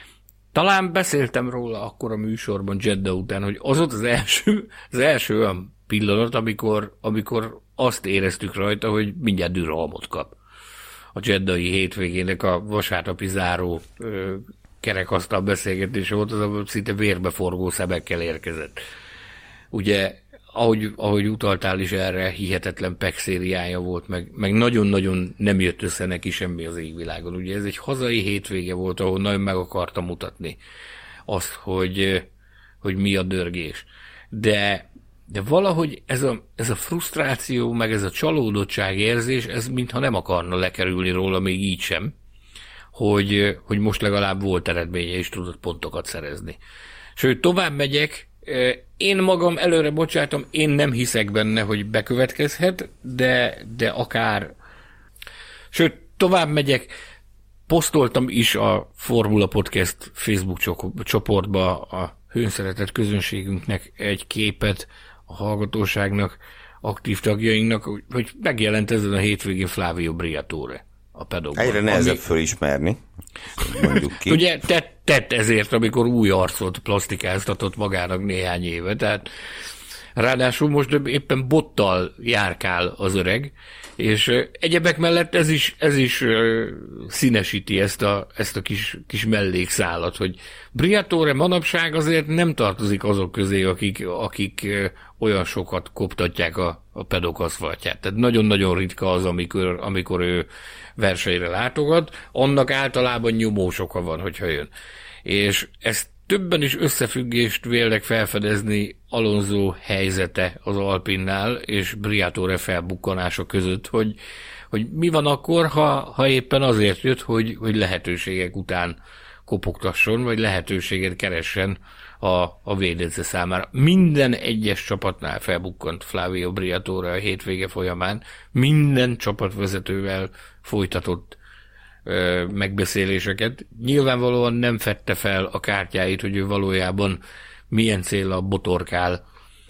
Talán beszéltem róla akkor a műsorban Jeddah után, hogy az volt az első olyan pillanat, amikor azt éreztük rajta, hogy mindjárt dűralmot kap. A jeddahi hétvégének a vasárnapi záró kerekasztal beszélgetés volt, az szinte vérbeforgó szemekkel érkezett. Ugye, ahogy utaltál is erre, hihetetlen pek-szériája volt, meg nagyon-nagyon nem jött össze neki semmi az égvilágon. Ugye ez egy hazai hétvége volt, ahol nagyon meg akarta mutatni azt, hogy mi a dörgés. De valahogy ez a frusztráció, meg ez a csalódottság érzés, ez mintha nem akarna lekerülni róla még így sem, hogy most legalább volt eredménye, és tudott pontokat szerezni. Sőt, tovább megyek, én magam előre bocsátom, én nem hiszek benne, hogy bekövetkezhet, de akár... Sőt, tovább megyek, posztoltam is a Formula Podcast Facebook csoportba a hőnszeretett közönségünknek egy képet, a hallgatóságnak, aktív tagjainknak, hogy megjelent ezen a hétvégén Flavio Briatore a pedokban. Egyre nehezebb fölismerni, mondjuk ki. Ugye tett ezért, amikor új arcot plasztikáztatott magának néhány éve, tehát ráadásul most éppen bottal járkál az öreg, és egyebek mellett ez is színesíti ezt a kis mellékszálat, hogy Briatore manapság azért nem tartozik azok közé, akik olyan sokat koptatják a pedok aszfaltját. Tehát nagyon-nagyon ritka az, amikor ő versenyre látogat, annak általában nyomós oka van, hogyha jön. És ezt többen is összefüggést vélnek felfedezni Alonso helyzete az Alpinnál és Briatore felbukkanása között, hogy mi van akkor, ha éppen azért jött, hogy lehetőségek után kopogtasson, vagy lehetőséget keressen a védőce számára. Minden egyes csapatnál felbukkant Flavio Briatore a hétvége folyamán, minden csapatvezetővel folytatott megbeszéléseket. Nyilvánvalóan nem fedte fel a kártyáit, hogy ő valójában milyen céllal botorkál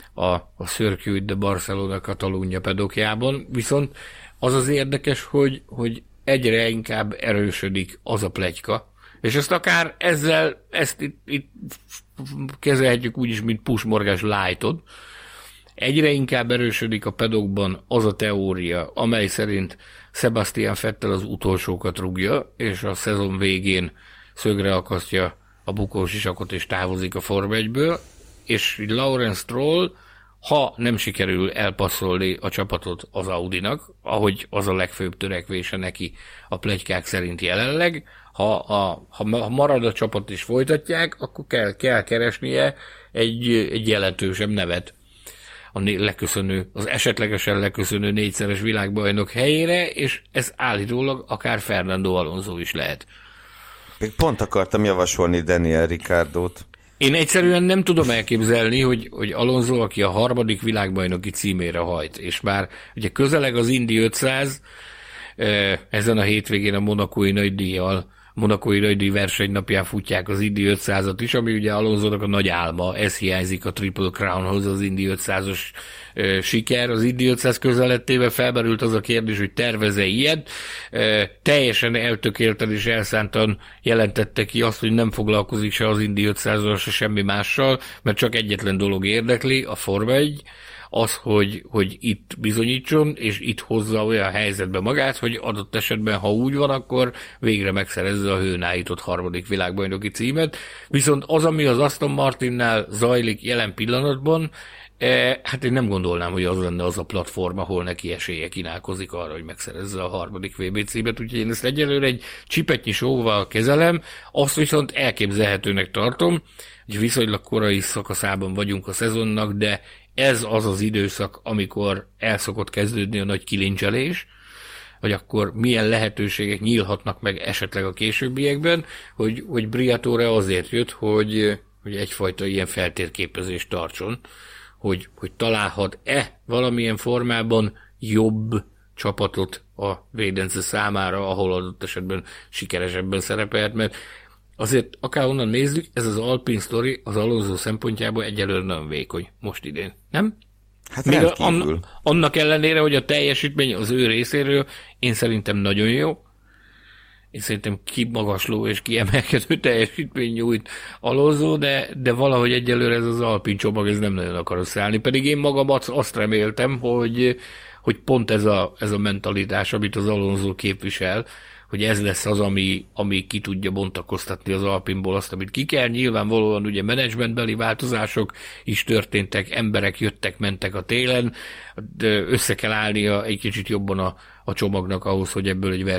a Circuit de Barcelona Catalunya pedokjában, viszont az érdekes, hogy egyre inkább erősödik az a pletyka, és ezt akár ezt itt kezelhetjük úgyis, mint Push Morgás light-od, Egyre inkább erősödik a paddockban az a teória, amely szerint Sebastian Vettel az utolsókat rúgja, és a szezon végén szögre akasztja a bukósisakot és távozik a Forma 1-ből, és Lawrence Stroll, ha nem sikerül elpasszolni a csapatot az Audinak, ahogy az a legfőbb törekvése neki a pletykák szerint jelenleg, ha marad a csapat és folytatják, akkor kell keresnie egy jelentősebb nevet az esetlegesen leköszönő 4-szeres világbajnok helyére, és ez állítólag akár Fernando Alonso is lehet. Még pont akartam javasolni Daniel Ricciardót. Én egyszerűen nem tudom elképzelni, hogy Alonso, aki a 3. világbajnoki címére hajt, és már ugye közeleg az Indy 500, ezen a hétvégén a monakói nagydíj versenynapján futják az Indy 500-at is, ami ugye Alonsónak a nagy álma, ez hiányzik a Triple Crownhoz, az Indy 500-os siker. Az Indy 500 közelettével felmerült az a kérdés, hogy tervez-e ilyet. Teljesen eltökélten és elszántan jelentette ki azt, hogy nem foglalkozik se az Indy 500-al, se semmi mással, mert csak egyetlen dolog érdekli, a Forma 1, az, hogy itt bizonyítson, és itt hozza olyan helyzetbe magát, hogy adott esetben, ha úgy van, akkor végre megszerezze a hőn állított 3. világbajnoki címet. Viszont az, ami az Aston Martinnál zajlik jelen pillanatban, hát én nem gondolnám, hogy az lenne az a platform, ahol neki esélye kínálkozik arra, hogy megszerezze a 3. VB címet, úgyhogy én ezt egyelőre egy csipetnyi sóval kezelem, azt viszont elképzelhetőnek tartom, hogy viszonylag korai szakaszában vagyunk a szezonnak, de ez az az időszak, amikor el szokott kezdődni a nagy kilincselés, hogy akkor milyen lehetőségek nyílhatnak meg esetleg a későbbiekben, hogy Briatore azért jött, hogy egyfajta ilyen feltérképezést tartson, hogy találhat-e valamilyen formában jobb csapatot a Védence számára, ahol adott esetben sikeresebben szerepelt, mert azért akárhonnan nézzük, ez az Alpine sztori az Alonso szempontjából egyelőre nagyon vékony most idén, nem? Hát rendkívül. Annak ellenére, hogy a teljesítmény az ő részéről én szerintem nagyon jó. Én szerintem kimagasló és kiemelkedő teljesítmény nyújt Alonso, de valahogy egyelőre ez az Alpine csomag ez nem nagyon akar összeállni. Pedig én magam azt reméltem, hogy pont ez a mentalitás, amit az Alonso képvisel, hogy ez lesz az, ami ki tudja bontakoztatni az Alpinból azt, amit ki kell. Nyilvánvalóan ugye menedzsmentbeli változások is történtek, emberek jöttek-mentek a télen, de össze kell állnia egy kicsit jobban a csomagnak ahhoz, hogy ebből egy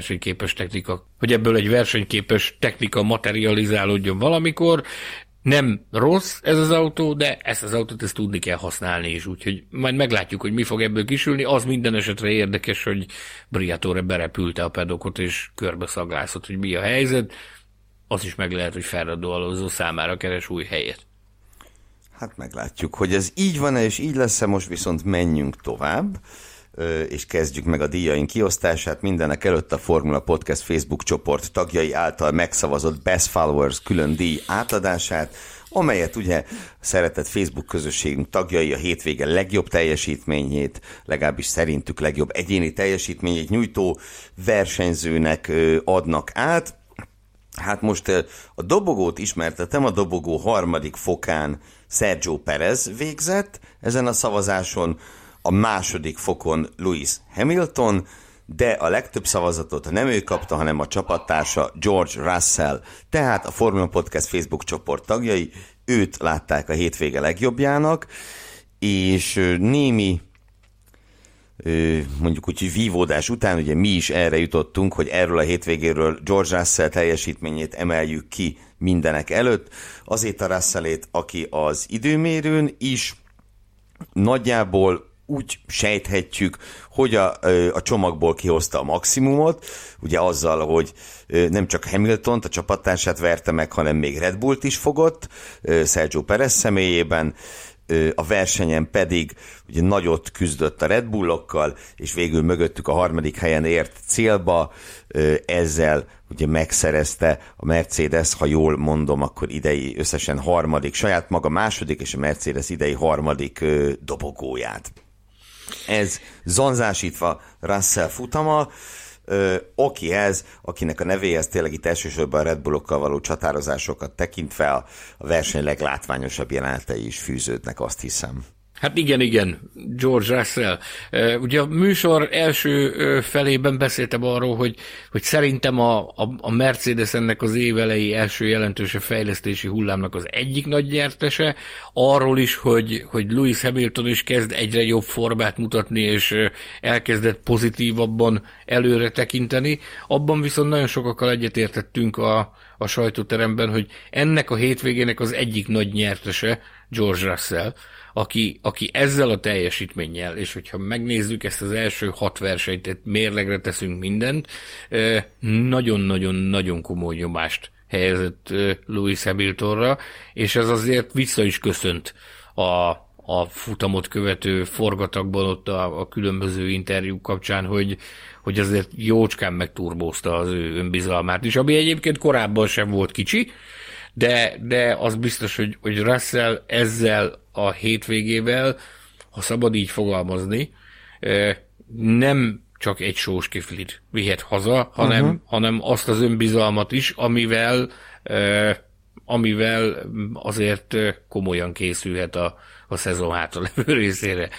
versenyképes technika materializálódjon valamikor. Nem rossz ez az autó, de ezt az autót ezt tudni kell használni is, úgyhogy majd meglátjuk, hogy mi fog ebből kisülni. Az minden esetre érdekes, hogy Briatore berepülte a paddockot és körbe szaglászott, hogy mi a helyzet. Az is meg lehet, hogy Fernando Alonso számára keres új helyet. Hát meglátjuk, hogy ez így van-e és így lesz-e, most viszont menjünk tovább, és kezdjük meg a díjaink kiosztását. Mindenek előtt a Formula Podcast Facebook csoport tagjai által megszavazott Best Followers külön díj átadását, amelyet ugye szeretett Facebook közösségünk tagjai a hétvége legjobb teljesítményét, legalábbis szerintük legjobb egyéni teljesítményét nyújtó versenyzőnek adnak át. Hát most a dobogót ismertetem, a dobogó 3. fokán Sergio Perez végzett ezen a szavazáson, a 2. fokon Lewis Hamilton, de a legtöbb szavazatot nem ő kapta, hanem a csapattársa George Russell. Tehát a Formula Podcast Facebook csoport tagjai őt látták a hétvége legjobbjának, és némi mondjuk úgy, hogy vívódás után ugye mi is erre jutottunk, hogy erről a hétvégéről George Russell teljesítményét emeljük ki mindenek előtt. Azért a Russellét, aki az időmérőn is nagyjából úgy sejthetjük, hogy a csomagból kihozta a maximumot, ugye azzal, hogy nem csak Hamiltont, a csapattársát verte meg, hanem még Red Bullt is fogott, Sergio Perez személyében, a versenyen pedig ugye nagyot küzdött a Red Bullokkal, és végül mögöttük a 3. helyen ért célba, ezzel ugye megszerezte a Mercedes, ha jól mondom, akkor idei összesen 3., saját maga 2. és a Mercedes idei 3. dobogóját. Ez zanzásítva Russell futama, akinek a nevéhez tényleg itt elsősorban a Red Bullokkal való csatározásokat tekintve a verseny leglátványosabb jelenetei is fűződnek, azt hiszem. Hát igen, George Russell. Ugye a műsor első felében beszéltem arról, hogy szerintem a Mercedes ennek az évelei első jelentős fejlesztési hullámnak az egyik nagy nyertese, arról is, hogy Lewis Hamilton is kezd egyre jobb formát mutatni, és elkezdett pozitívabban előre tekinteni. Abban viszont nagyon sokakkal egyetértettünk a sajtóteremben, hogy ennek a hétvégének az egyik nagy nyertese George Russell, aki ezzel a teljesítménnyel, és hogyha megnézzük ezt az első 6 versenyt, mérlegre teszünk mindent, nagyon-nagyon-nagyon komoly nyomást helyezett Lewis Hamiltonra, és ez azért vissza is köszönt a futamot követő forgatagban ott a különböző interjúk kapcsán, hogy azért jócskán megturbózta az ő önbizalmát is, ami egyébként korábban sem volt kicsi, de az biztos, hogy Russell ezzel a hétvégével, ha szabad így fogalmazni, nem csak egy sós kiflit vihet haza, hanem azt az önbizalmat is, amivel azért komolyan készülhet a szezon hátralevő részére.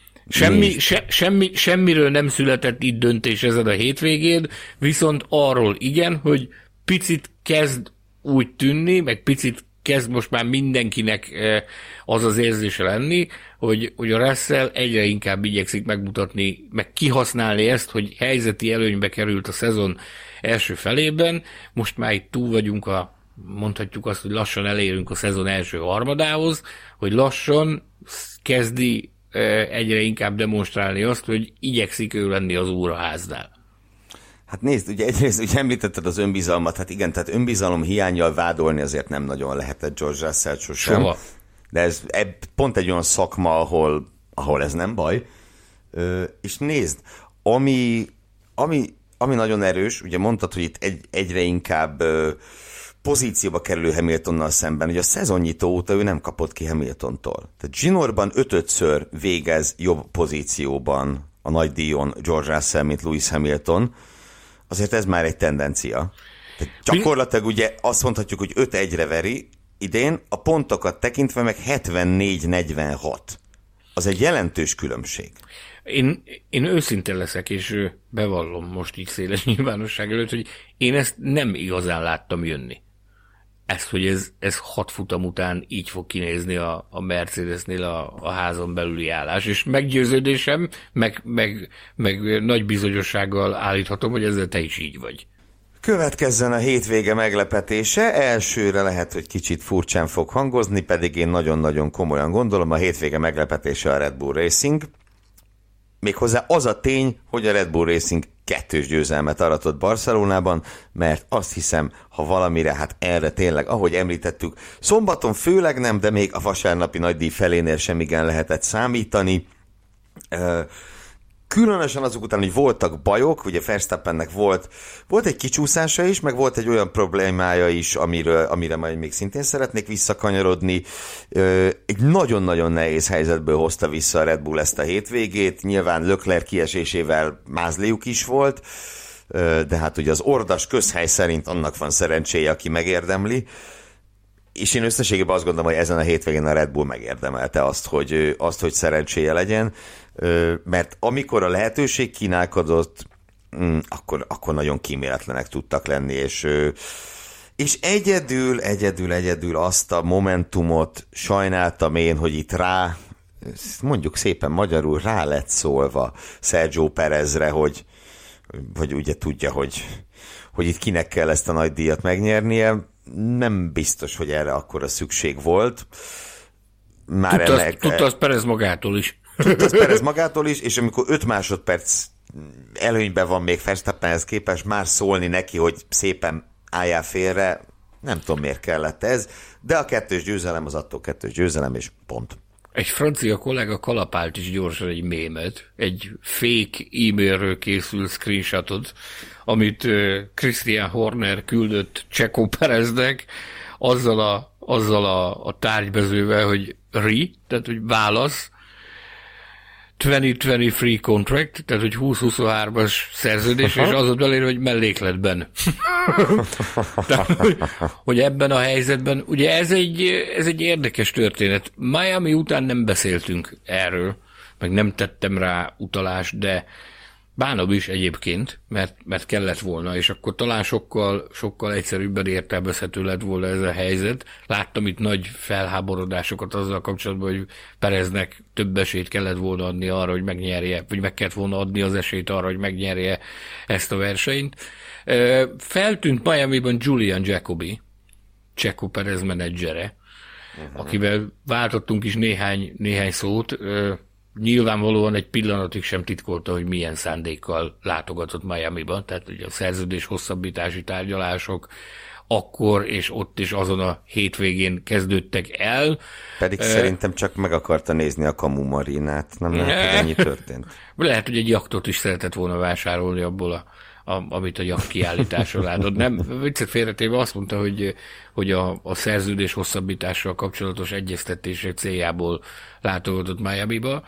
Semmiről nem született itt döntés ezen a hétvégén, viszont arról igen, hogy picit kezd úgy tűnni, meg picit kezd most már mindenkinek az az érzése lenni, hogy a Russell egyre inkább igyekszik megmutatni, meg kihasználni ezt, hogy helyzeti előnybe került a szezon első felében. Most már itt túl vagyunk mondhatjuk azt, hogy lassan elérünk a szezon első harmadához, hogy lassan kezdi egyre inkább demonstrálni azt, hogy igyekszik ő lenni az úr a háznál. Hát nézd, ugye egyrészt ugye említetted az önbizalmat, hát igen, tehát önbizalom hiánnyal vádolni azért nem nagyon lehetett George Russell sosem. Soha. De ez pont egy olyan szakma, ahol ez nem baj. És nézd, ami nagyon erős, ugye mondtad, hogy itt egyre inkább pozícióba kerülő Hamiltonnal szemben, hogy a szezonnyitó óta ő nem kapott ki Hamiltontól. Tehát zsinórban 5-ször végez jobb pozícióban a nagy díjon George Russell, mint Lewis Hamilton. Azért ez már egy tendencia. Tehát gyakorlatilag ugye azt mondhatjuk, hogy 5-1-re veri idén, a pontokat tekintve meg 74-46. Az egy jelentős különbség. Én őszintén leszek, és bevallom most így széles nyilvánosság előtt, hogy én ezt nem igazán láttam jönni. Ezt, hogy ez 6 futam után így fog kinézni a Mercedesnél a házon belüli állás, és meggyőződésem, meg nagy bizonyossággal állíthatom, hogy ezzel te is így vagy. Következzen a hétvége meglepetése, elsőre lehet, hogy kicsit furcsán fog hangozni, pedig én nagyon-nagyon komolyan gondolom, a hétvége meglepetése a Red Bull Racing. Méghozzá az a tény, hogy a Red Bull Racing 2-s győzelmet aratott Barcelonában, mert azt hiszem, ha valamire, hát erre tényleg, ahogy említettük, szombaton főleg nem, de még a vasárnapi nagydíj felénél sem igen lehetett számítani. Különösen azok után, hogy voltak bajok, ugye Verstappennek volt egy kicsúszása is, meg volt egy olyan problémája is, amire majd még szintén szeretnék visszakanyarodni. Egy nagyon-nagyon nehéz helyzetből hozta vissza a Red Bull ezt a hétvégét, nyilván Leclerc kiesésével mázliuk is volt, de hát ugye az ordas közhely szerint annak van szerencséje, aki megérdemli, és én összességében azt gondolom, hogy ezen a hétvégén a Red Bull megérdemelte azt, hogy szerencséje legyen, mert amikor a lehetőség kínálkozott, akkor nagyon kíméletlenek tudtak lenni, és egyedül azt a momentumot sajnáltam én, hogy itt mondjuk szépen magyarul rá lett szólva Sergio Perezre, hogy ugye tudja, hogy itt kinek kell ezt a nagy díjat megnyernie. Nem biztos, hogy erre akkora szükség volt. Tudta azt Perez magától is. Tudta azt Perez magától is, és amikor 5 másodperc előnyben van még Verstappenhez képest, már szólni neki, hogy szépen álljál félre, nem tudom miért kellett ez, de a 2-s győzelem az attól 2-s győzelem, és pont. Egy francia kollega kalapált is gyorsan egy mémet, egy fake e-mailről készült screenshotot, amit Christian Horner küldött Checo Pereznek, azzal a tárgybezővel, hogy tehát hogy válasz. 2020 free contract, tehát hogy 20-23-as szerződés, és az ott belér, hogy mellékletben. Tehát, hogy ebben a helyzetben, ugye ez egy érdekes történet. Miami után nem beszéltünk erről, meg nem tettem rá utalást, de bánom is egyébként, mert kellett volna, és akkor talán sokkal egyszerűbben értelmezhető lett volna ez a helyzet. Láttam itt nagy felháborodásokat azzal kapcsolatban, hogy Pereznek több esélyt kellett volna adni arra, hogy megnyerje, vagy meg kellett volna adni az esélyt arra, hogy megnyerje ezt a versenyt. Feltűnt Miamiban Julian Jacobi, Checo Perez menedzsere, akivel váltottunk is néhány szót. Nyilvánvalóan egy pillanatig sem titkolta, hogy milyen szándékkal látogatott Miamiban, tehát ugye a szerződés hosszabbítási tárgyalások akkor és ott is azon a hétvégén kezdődtek el. Pedig szerintem csak meg akarta nézni a Camus Marinát, nem lehet, hogy ennyi történt. Lehet, hogy egy jachtot is szeretett volna vásárolni abból, amit a jacht kiállításról látott. Nem, viccet félretéve azt mondta, hogy a szerződés hosszabbítással kapcsolatos egyeztetések céljából látogatott Miamiba.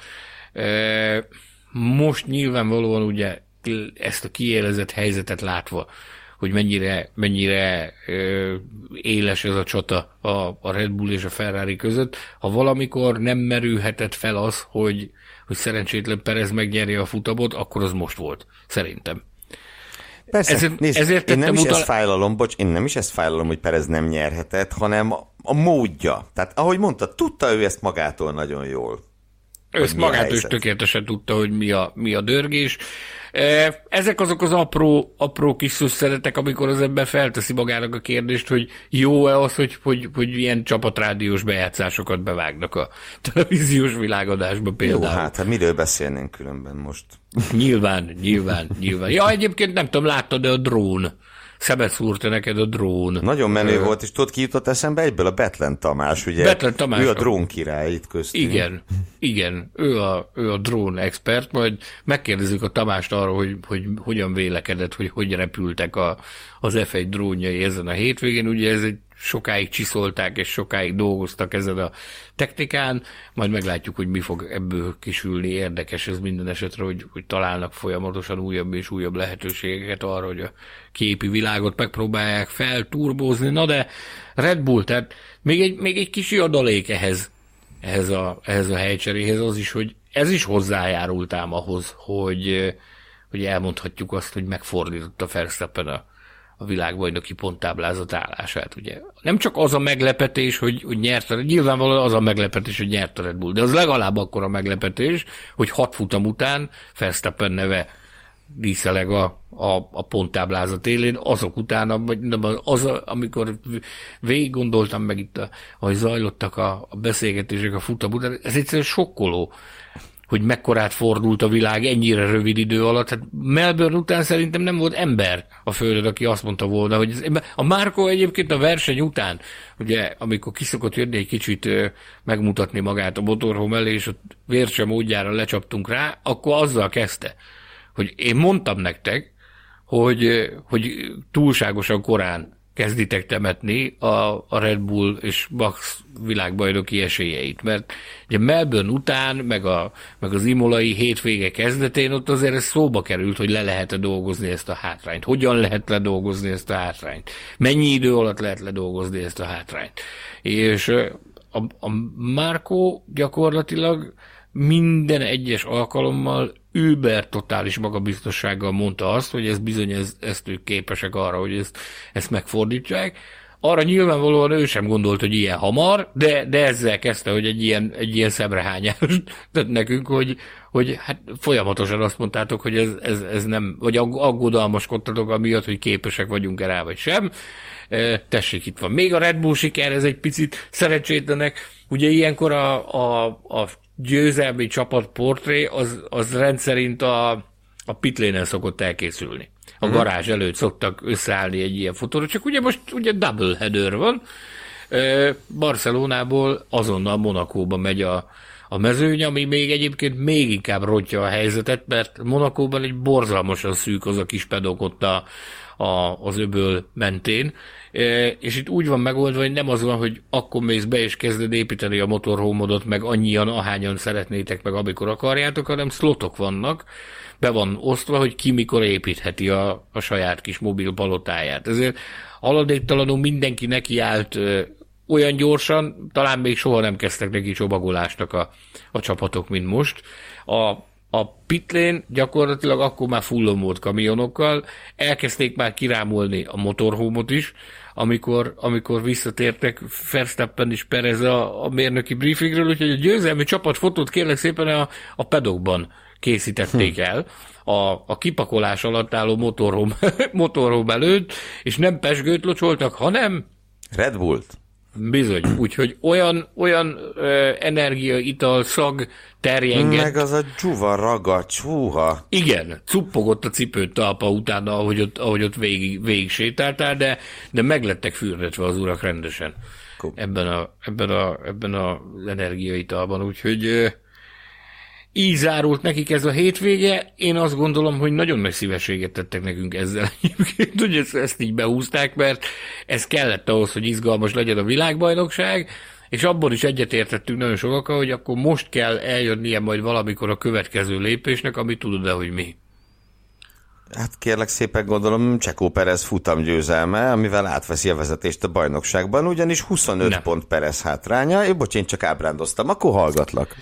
Most nyilvánvalóan ugye ezt a kiélezett helyzetet látva, hogy mennyire éles ez a csata a Red Bull és a Ferrari között, ha valamikor nem merülhetett fel az, hogy szerencsétlen Perez megnyerje a futamot, akkor az most volt, szerintem. Persze, ezért én nem is ezt fájlalom, hogy Perez nem nyerhetett, hanem a módja. Tehát ahogy mondta, tudta ő ezt magától nagyon jól. Ő ezt magától is tökéletesen tudta, hogy mi a dörgés. Ezek azok az apró kis szüsszenetek, amikor az ember felteszi magának a kérdést, hogy jó-e az, hogy ilyen csapatrádiós bejátszásokat bevágnak a televíziós világadásba például. Jó, hát miről beszélnénk különben most? Nyilván. Ja, egyébként nem tudom, láttad-e a drón? Szemet szúrta neked a drón. Nagyon menő volt, és tudod, ki jutott eszembe egyből? A Betlen Tamás, ugye? Betlen Tamás. Ő a drón király itt köztünk. Igen. Ő a drón expert, majd megkérdezzük a Tamást arról, hogy hogyan vélekedett, hogy repültek az F1 drónjai ezen a hétvégén. Ugye ez sokáig csiszolták, és sokáig dolgoztak ezen a technikán, majd meglátjuk, hogy mi fog ebből kisülni. Érdekes ez minden esetre, hogy találnak folyamatosan újabb és újabb lehetőségeket arra, hogy a képi világot megpróbálják felturbózni. Na de Red Bull, tehát még egy kis adalék ehhez a helycseréhez az is, hogy ez is hozzájárult ám ahhoz, hogy elmondhatjuk azt, hogy megfordította Verstappen a világbajnoki ponttáblázat állását, ugye. Nem csak az a meglepetés, hogy nyert, nyilvánvalóan az a meglepetés, hogy nyert a Red Bull, de az legalább akkor a meglepetés, hogy 6 futam után Verstappen neve díszeleg a ponttáblázat élén, azok után, amikor végig gondoltam meg itt, ahogy zajlottak a beszélgetések a futam után, ez egyszerűen sokkoló, hogy mekkorát fordult a világ ennyire rövid idő alatt. Hát Melbourne után szerintem nem volt ember a földön, aki azt mondta volna, hogy a Marco egyébként a verseny után, ugye, amikor kiszokott jönni egy kicsit megmutatni magát a motorhome elé, és ott vércse módjára lecsaptunk rá, akkor azzal kezdte, hogy én mondtam nektek, hogy túlságosan korán kezditek temetni a Red Bull és Max világbajnoki esélyeit, mert ugye Melbourne után, meg az imolai hétvége kezdetén ott azért ez szóba került, hogy le lehet-e dolgozni ezt a hátrányt, hogyan lehet ledolgozni ezt a hátrányt, mennyi idő alatt lehet ledolgozni ezt a hátrányt. És a Marco gyakorlatilag minden egyes alkalommal über totális magabiztossággal mondta azt, hogy ez bizony ezt ők képesek arra, hogy ezt megfordítsák. Arra nyilvánvalóan ő sem gondolt, hogy ilyen hamar, de ezzel kezdte, hogy egy ilyen szemrehányást tett nekünk, hogy hát folyamatosan azt mondtátok, hogy ez nem, vagy aggodalmaskodtatok amiatt, hogy képesek vagyunk-e rá, vagy sem. Tessék, itt van még a Red Bull siker, ez egy picit szerencsétlenek. Ugye ilyenkor a győzelmi csapatportré az rendszerint a pitlénen szokott elkészülni. A garázs előtt szoktak összeállni egy ilyen fotóra, csak ugye most doubleheader van. Barcelonából azonnal Monacóba megy a a mezőny, ami még egyébként még inkább rontja a helyzetet, mert Monacóban egy borzalmasan szűk az a kis pedok ott az öböl mentén, és itt úgy van megoldva, hogy nem az van, hogy akkor mész be és kezded építeni a motorhómodot, meg annyian, ahányan szeretnétek, meg amikor akarjátok, hanem szlotok vannak, be van osztva, hogy ki mikor építheti a saját kis mobil palotáját. Ezért haladéktalanul mindenki nekiállt olyan gyorsan, talán még soha nem kezdtek neki csomagolásnak a csapatok, mint most. A pitlén gyakorlatilag akkor már fullon volt kamionokkal, elkezdték már kirámolni a motorhómot is, amikor visszatértek Verstappen és Perez a mérnöki briefingről, úgyhogy a győzelmi csapatfotót kérlek szépen a pedokban készítették el, a kipakolás alatt álló motorhóm előtt, és nem pezsgőt locsoltak, hanem Red Bullt. Bizony, úgyhogy olyan energiaital szag terjengett. Meg az a dzsuva ragacs, húha. Igen, cuppogott a cipőt talpa utána, ahogy ott végig sétáltál, de meglettek fürdetve az urak rendesen ebben az energiaitalban, úgyhogy így zárult nekik ez a hétvége. Én azt gondolom, hogy nagyon nagy szívességet tettek nekünk ezzel egyébként, hogy ezt így behúzták, mert ez kellett ahhoz, hogy izgalmas legyen a világbajnokság, és abban is egyetértettünk nagyon sokakkal, hogy akkor most kell eljönnie majd valamikor a következő lépésnek, amit tudod-e, hogy mi. Hát kérlek szépen gondolom Checo Perez futamgyőzelme, amivel átveszi a vezetést a bajnokságban, ugyanis 25 pont Perez hátránya, én csak ábrándoztam, akkor hallgatlak.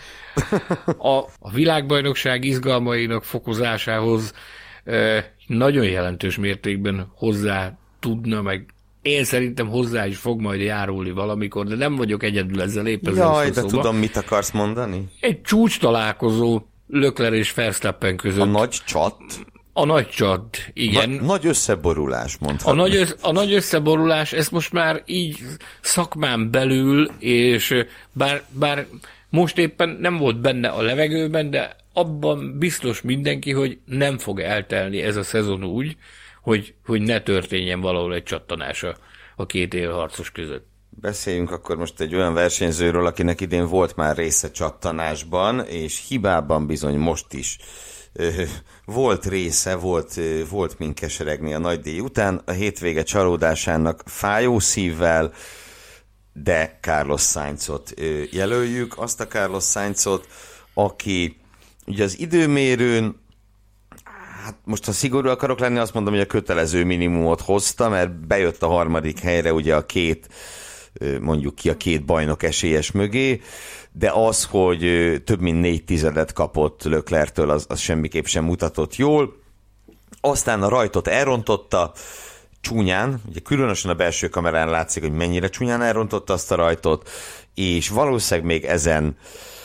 A világbajnokság izgalmainak fokozásához nagyon jelentős mértékben hozzá tudna, meg én szerintem hozzá is fog majd járulni valamikor, de nem vagyok egyedül ezzel éppen. Jaj, de tudom, mit akarsz mondani? Egy csúcs találkozó Leclerc és Verstappen között. A nagy csat? A nagy csat, igen. Nagy összeborulás, mondhatni. A nagy összeborulás, ezt most már így szakmán belül, és bár most éppen nem volt benne a levegőben, de abban biztos mindenki, hogy nem fog eltelni ez a szezon úgy, hogy ne történjen valahol egy csattanás a két élharcos között. Beszéljünk akkor most egy olyan versenyzőről, akinek idén volt már része csattanásban, és hibában bizony most is volt része, volt min keseregni a nagydíj után. A hétvége csalódásának fájó szívvel, de Carlos Sainzot jelöljük. Azt a Carlos Sainzot, aki ugye az időmérőn, hát most ha szigorú akarok lenni, azt mondom, hogy a kötelező minimumot hozta, mert bejött a harmadik helyre ugye a két bajnok esélyes mögé, de az, hogy több mint 4 tizedet kapott Leclerctől, az semmiképp sem mutatott jól. Aztán a rajtot elrontotta, csúnyán, ugye különösen a belső kamerán látszik, hogy mennyire csúnyán elrontotta azt a rajtot, és valószínűleg még ezen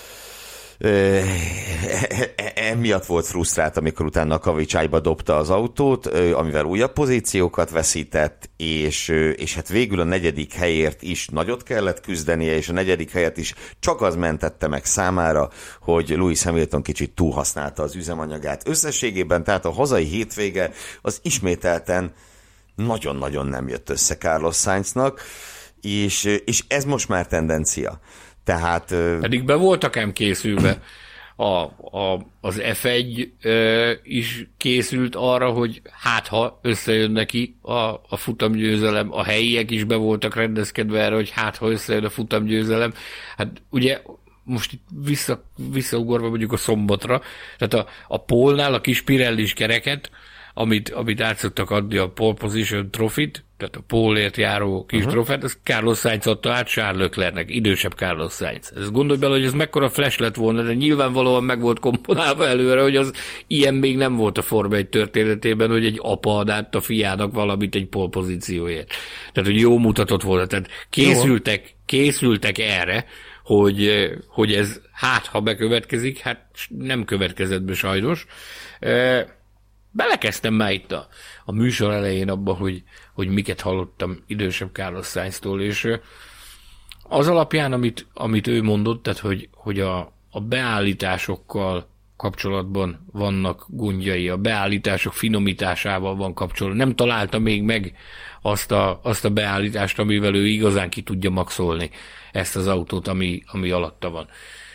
emiatt volt frusztrált, amikor utána a kavicságyba dobta az autót, amivel újabb pozíciókat veszített, és hát végül a 4. helyért is nagyot kellett küzdenie, és a 4. helyet is csak az mentette meg számára, hogy Lewis Hamilton kicsit túlhasználta az üzemanyagát. Összességében tehát a hazai hétvége az ismételten nagyon-nagyon nem jött össze Carlos Sainznak, és ez most már tendencia. Tehát, pedig be voltak ám készülve. Az F1 is készült arra, hogy ha összejön neki a futamgyőzelem, a helyiek is be voltak rendezkedve erre, hogy ha összejön a futamgyőzelem. Hát ugye most itt visszaugorva mondjuk a szombatra, tehát a pólnál a kis Pirellis kereket, amit át szoktak adni a pole position trofit, tehát a pólért járó kis trofát, az Carlos Sainz adta át Charles Leclercnek, idősebb Carlos Sainz. Ez gondolj bele, hogy ez mekkora flash lett volna, de nyilvánvalóan meg volt komponálva előre, hogy az ilyen még nem volt a Forma 1 történetében, hogy egy apa ad át a fiának valamit egy pole pozícióért. Tehát, hogy jó mutatott volna. Tehát készültek erre, hogy ez ha bekövetkezik, hát nem következett be sajnos. Belekezdtem már itt a műsor elején abba, hogy miket hallottam idősebb Carlos Sainztól, és az alapján, amit ő mondott, tehát hogy a beállításokkal kapcsolatban vannak gondjai, a beállítások finomításával van kapcsolatban. Nem találta még meg azt a beállítást, amivel ő igazán ki tudja maxolni ezt az autót, ami alatta van.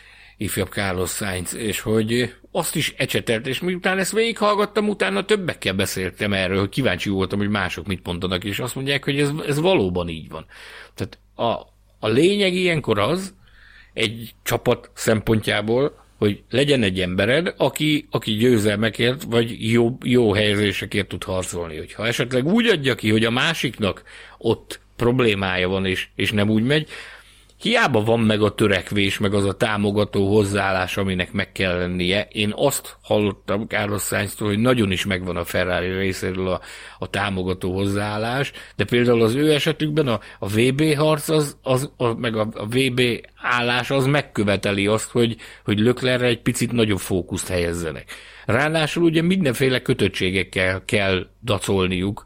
ifjabb Carlos Sainz, és hogy azt is ecsetelt, és miután ezt végighallgattam, utána többekkel beszéltem erről, hogy kíváncsi voltam, hogy mások mit mondanak, és azt mondják, hogy ez valóban így van. Tehát a lényeg ilyenkor az, egy csapat szempontjából, hogy legyen egy embered, aki győzelmekért, vagy jó helyezésekért tud harcolni. Hogyha esetleg úgy adja ki, hogy a másiknak ott problémája van, és nem úgy megy, hiába van meg a törekvés, meg az a támogató hozzáállás, aminek meg kell lennie. Én azt hallottam Carlos Sainztól, hogy nagyon is megvan a Ferrari részéről a támogató hozzáállás, de például az ő esetükben a VB harc, meg a VB állás az megköveteli azt, hogy Leclercre egy picit nagyobb fókuszt helyezzenek. Ráadásul ugye mindenféle kötöttségekkel kell dacolniuk,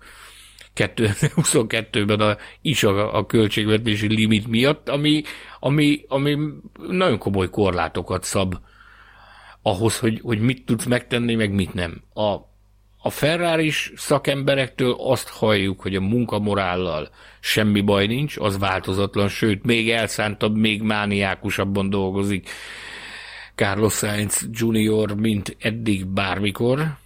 2022-ben is a költségvetési limit miatt, ami nagyon komoly korlátokat szab ahhoz, hogy mit tudsz megtenni, meg mit nem. A Ferrari-s szakemberektől azt halljuk, hogy a munkamorállal semmi baj nincs, az változatlan, sőt, még elszántabb, még mániákusabban dolgozik Carlos Sainz Jr., mint eddig bármikor.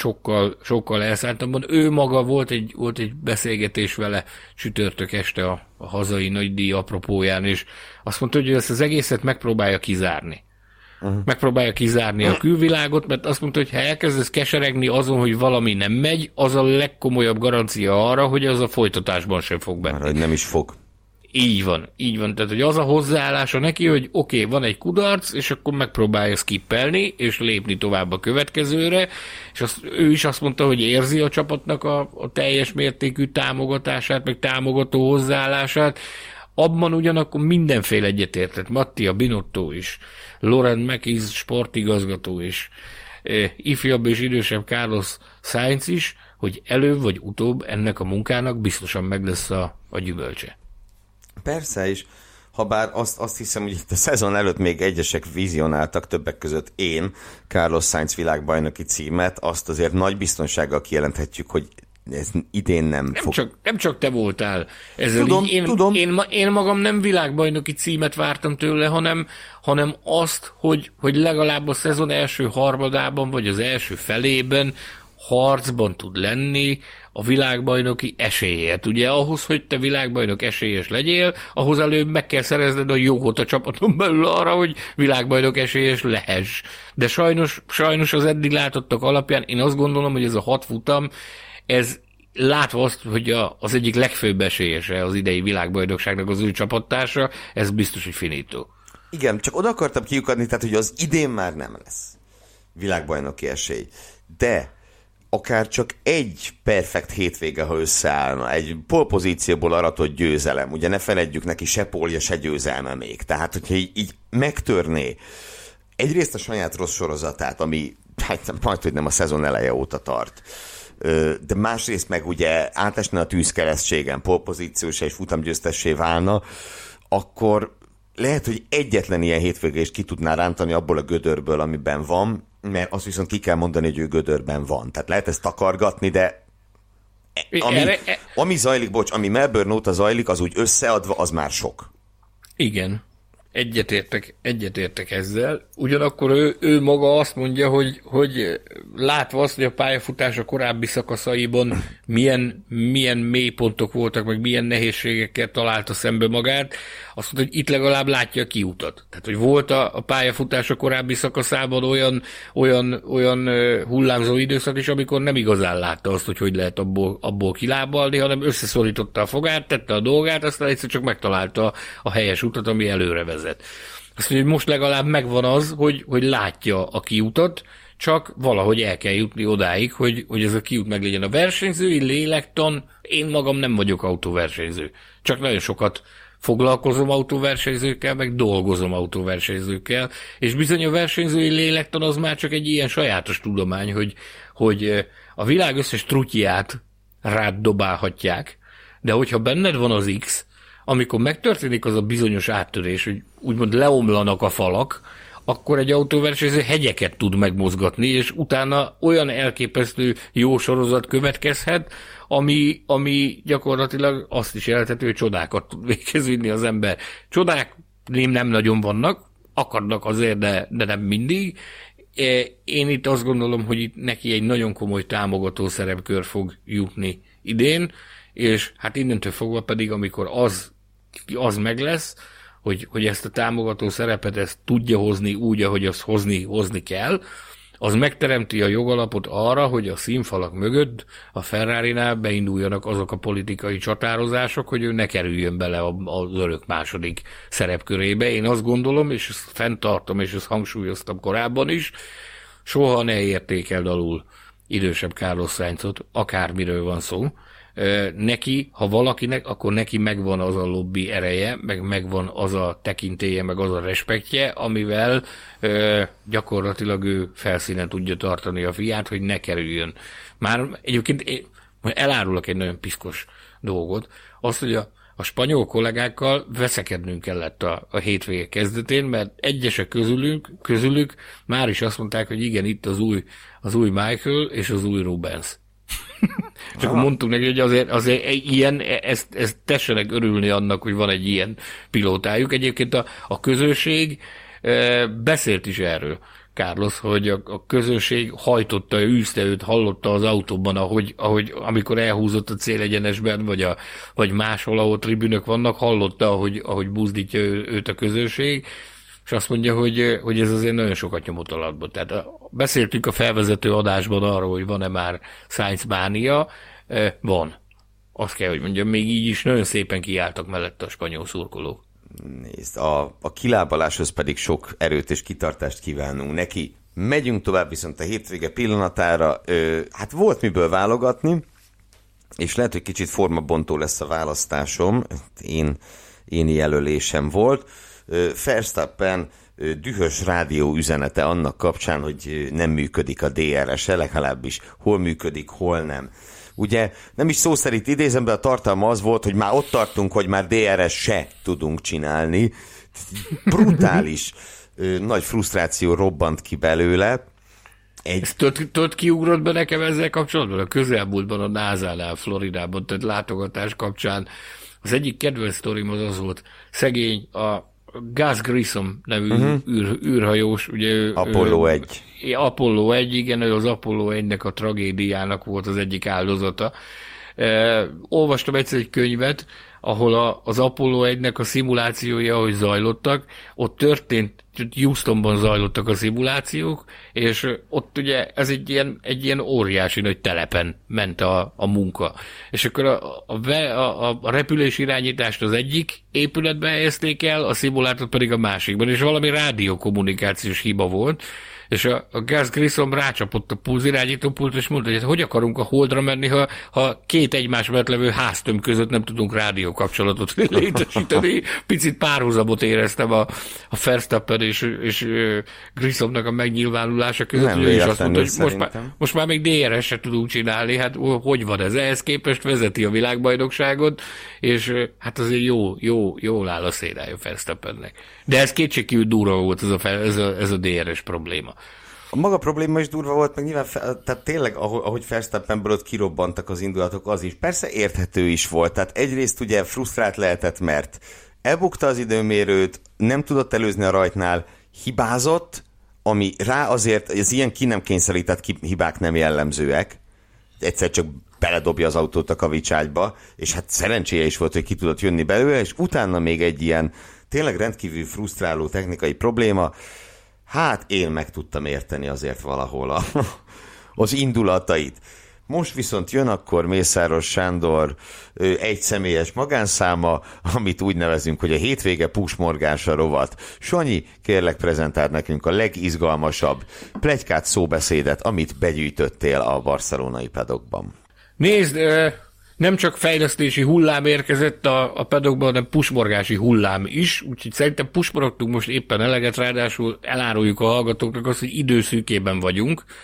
Sokkal elszántabban. Ő maga volt egy beszélgetés vele csütörtök este a hazai nagydíj apropóján, és azt mondta, hogy ezt az egészet megpróbálja kizárni. Megpróbálja kizárni a külvilágot, mert azt mondta, hogy ha elkezdesz keseregni azon, hogy valami nem megy, az a legkomolyabb garancia arra, hogy az a folytatásban sem fog benni. Hogy nem is fog. Így van. Tehát, hogy az a hozzáállása neki, hogy oké, van egy kudarc, és akkor megpróbálja skippelni, és lépni tovább a következőre, és ő is azt mondta, hogy érzi a csapatnak a teljes mértékű támogatását, meg támogató hozzáállását. Abban ugyanakkor mindenféle egyetértett. Mattia Binotto is, Laurent Mekies sportigazgató is, ifjabb és idősebb Carlos Sainz is, hogy előbb vagy utóbb ennek a munkának biztosan meg lesz a gyümölcse. Persze is, habár azt hiszem, hogy itt a szezon előtt még egyesek vizionáltak, többek között én, Carlos Sainz világbajnoki címet, azt azért nagy biztonsággal kijelenthetjük, hogy ez idén nem fog. Nem csak te voltál ezzel. Tudom. Én magam nem világbajnoki címet vártam tőle, hanem azt, hogy legalább a szezon első harmadában, vagy az első felében harcban tud lenni a világbajnoki esélyért. Ugye ahhoz, hogy te világbajnok esélyes legyél, ahhoz előbb meg kell szerezned a jogot a csapaton belül arra, hogy világbajnok esélyes lehess. De sajnos az eddig látottak alapján én azt gondolom, hogy ez a 6 futam, ez látva azt, hogy az egyik legfőbb esélyese az idei világbajnokságnak az ő csapattársa, ez biztos, hogy finito. Igen, csak oda akartam kiukadni, tehát hogy az idén már nem lesz világbajnoki esély. De akár csak egy perfekt hétvége, ha összeállna, egy polpozícióból aratott győzelem, ugye ne feledjük, neki se pólja, se győzelme még. Tehát, hogyha így megtörné egyrészt a saját rossz sorozatát, ami majd, hogy nem a szezon eleje óta tart, de másrészt meg ugye átesne a tűzkeresztségen, polpozíciós és futamgyőztessé válna, akkor lehet, hogy egyetlen ilyen hétvége is ki tudná rántani abból a gödörből, amiben van, mert azt viszont ki kell mondani, hogy ő gödörben van. Tehát lehet ezt takargatni, de ami zajlik, ami Melbourne óta zajlik, az úgy összeadva, az már sok. Igen. Egyetértek ezzel. Ugyanakkor ő maga azt mondja, hogy látva azt, hogy a pályafutása korábbi szakaszaiban milyen mélypontok voltak, meg milyen nehézségekkel találta szembe magát, azt mondta, hogy itt legalább látja a kiutat. Tehát, hogy volt a pályafutása korábbi szakaszában olyan hullámzó időszak is, amikor nem igazán látta azt, hogy lehet abból kilábalni, hanem összeszorította a fogát, tette a dolgát, aztán egyszer csak megtalálta a helyes utat, ami előre vezet. Azt mondja, hogy most legalább megvan az, hogy látja a kiutat, csak valahogy el kell jutni odáig, hogy ez a kiút meglegyen. A versenyzői lélektan, én magam nem vagyok autóversenyző. Csak nagyon sokat foglalkozom autóversenyzőkkel, meg dolgozom autóversenyzőkkel, és bizony a versenyzői lélektan az már csak egy ilyen sajátos tudomány, hogy a világ összes trutyját rád dobálhatják, de hogyha benned van az X, amikor megtörténik az a bizonyos áttörés, hogy úgymond leomlanak a falak, akkor egy autóversenyző hegyeket tud megmozgatni, és utána olyan elképesztő jó sorozat következhet, ami gyakorlatilag azt is jelenthető, hogy csodákat tud véghez vinni az ember. Csodák nem nagyon vannak, akadnak azért, de nem mindig. Én itt azt gondolom, hogy itt neki egy nagyon komoly támogató szerepkör fog jutni idén, és hát innentől fogva pedig, amikor az meg lesz, hogy ezt a támogató szerepet ezt tudja hozni úgy, ahogy azt hozni kell, az megteremti a jogalapot arra, hogy a színfalak mögött a Ferrarinál beinduljanak azok a politikai csatározások, hogy ő ne kerüljön bele az örök második szerepkörébe. Én azt gondolom, és ezt fenntartom, és ezt hangsúlyoztam korábban is, soha ne értékeld alul idősebb Carlos Sainzot, akármiről van szó. Neki, ha valakinek, akkor neki megvan az a lobby ereje, megvan az a tekintélye, meg az a respektje, amivel gyakorlatilag ő felszínen tudja tartani a fiát, hogy ne kerüljön. Már egyébként elárulok egy nagyon piszkos dolgot, azt, hogy a spanyol kollégákkal veszekednünk kellett a hétvége kezdetén, mert egyesek közülük már is azt mondták, hogy igen, itt az új Michael és az új Rubens. Csak mondtunk neki, hogy azért ilyen, ezt tessenek örülni annak, hogy van egy ilyen pilótájuk. Egyébként a közönség beszélt is erről, Carlos, hogy a közönség hajtotta, űzte őt, hallotta az autóban, amikor elhúzott a célegyenesben, vagy máshol, ahol tribünök vannak, hallotta, ahogy buzdítja őt a közönség, és azt mondja, hogy ez azért nagyon sokat nyomott alatban. Tehát beszéltünk a felvezető adásban arról, hogy van-e már Sainz mánia. Van. Azt kell, hogy mondjam, még így is nagyon szépen kiálltak mellette a spanyol szurkolók. Nézd, a kilábaláshoz pedig sok erőt és kitartást kívánunk neki. Megyünk tovább viszont a hétvége pillanatára. Hát volt miből válogatni, és lehet, hogy kicsit formabontó lesz a választásom. Én jelölésem volt. Verstappen dühös rádió üzenete annak kapcsán, hogy nem működik a DRS-e, legalábbis hol működik, hol nem. Ugye nem is szó szerint idézem, de a tartalma az volt, hogy már ott tartunk, hogy már DRS se tudunk csinálni. Brutális, nagy frusztráció robbant ki belőle. Tudod, kiugrott be nekem ezzel kapcsolatban? A közelmúltban a NASA-nál, Floridában, tehát látogatás kapcsán. Az egyik kedvenc sztorim az volt, szegény a Gus Grissom nevű űrhajós, ugye Apollo 1. Apollo 1, igen, az Apollo 1-nek a tragédiának volt az egyik áldozata. Olvastam egyszer egy könyvet, ahol az Apollo 1-nek a szimulációja, ahogy zajlottak, ott történt, Houstonban zajlottak a szimulációk, és ott ugye ez egy ilyen óriási nagy telepen ment a munka. És akkor a repülés irányítást az egyik épületbe helyezték el, a szimulátort pedig a másikban, és valami rádiókommunikációs hiba volt, és a Gus Grissom rácsapott a pulzirányítópultra, és mondta, hogy hogy akarunk a Holdra menni, ha két egymás mellett levő háztömb között nem tudunk rádiókapcsolatot létesíteni. Picit párhuzamot éreztem a Verstappen és Grissomnak a megnyilvánulása között, hogy ő is azt mondta, hogy most már még DRS-et tudunk csinálni, hát hogy van ez? Ehhez képest vezeti a világbajnokságot, és hát azért jól áll a szénája Verstappennek. De ez kétségkívül durva volt ez a DRS probléma. A maga probléma is durva volt, meg nyilván, tehát tényleg, ahogy Verstappenből ott kirobbantak az indulatok, az is. Persze érthető is volt, tehát egyrészt ugye frusztrált lehetett, mert elbukta az időmérőt, nem tudott előzni a rajtnál, hibázott, ami rá azért, az ilyen ki nem kényszerített hibák nem jellemzőek, egyszer csak beledobja az autót a kavicságyba, és hát szerencséje is volt, hogy ki tudott jönni belőle, és utána még egy ilyen tényleg rendkívül frusztráló technikai probléma. Hát én meg tudtam érteni azért valahol az indulatait. Most viszont jön akkor Mészáros Sándor egy személyes magánszáma, amit úgy nevezünk, hogy a hétvége pusmorgása rovat. Sanyi, kérlek prezentáld nekünk a legizgalmasabb pletykát, szóbeszédet, amit begyűjtöttél a barcelonai paddockban. Nézd, nem csak fejlesztési hullám érkezett a paddockban, hanem pusmorgási hullám is, úgyhogy szerintem pusmorogtunk most éppen eleget, ráadásul eláruljuk a hallgatóknak azt, hogy időszűkében vagyunk,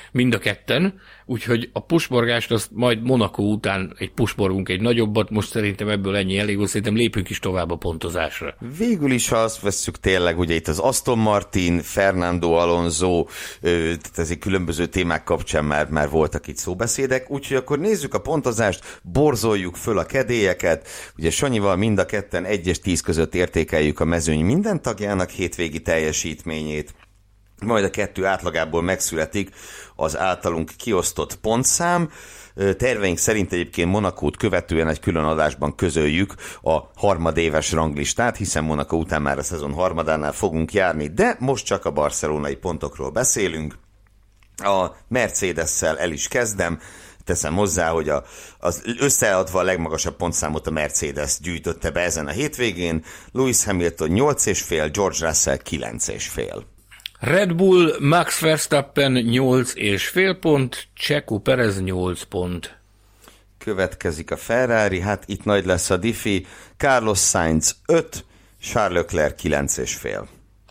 mind a ketten, úgyhogy a pusmorgást azt majd Monaco után egy pusmorgunk egy nagyobbat, most szerintem ebből ennyi elég, szerintem lépünk is tovább a pontozásra. Végül is, ha azt vesszük tényleg, ugye itt az Aston Martin, Fernando Alonso, tehát ezek különböző témák kapcsán már voltak itt szóbeszédek, úgyhogy akkor nézzük a pontozást, borzoljuk föl a kedélyeket, ugye Sanyival mind a ketten 1 és 10 között értékeljük a mezőny minden tagjának hétvégi teljesítményét, majd a 2 átlagából megszületik az általunk kiosztott pontszám. Terveink szerint egyébként Monacót követően egy külön adásban közöljük a harmadéves ranglistát, hiszen Monaco után már a szezon harmadánál fogunk járni, de most csak a barcelonai pontokról beszélünk. A Mercedes-szel el is kezdem. Teszem hozzá, hogy az összeadva a legmagasabb pontszámot a Mercedes gyűjtötte be ezen a hétvégén. Lewis Hamilton 8,5, George Russell 9,5. Red Bull, Max Verstappen 8,5 pont, Checo Perez 8 pont. Következik a Ferrari, hát itt nagy lesz a diffi. Carlos Sainz 5, Charles Leclerc 9,5.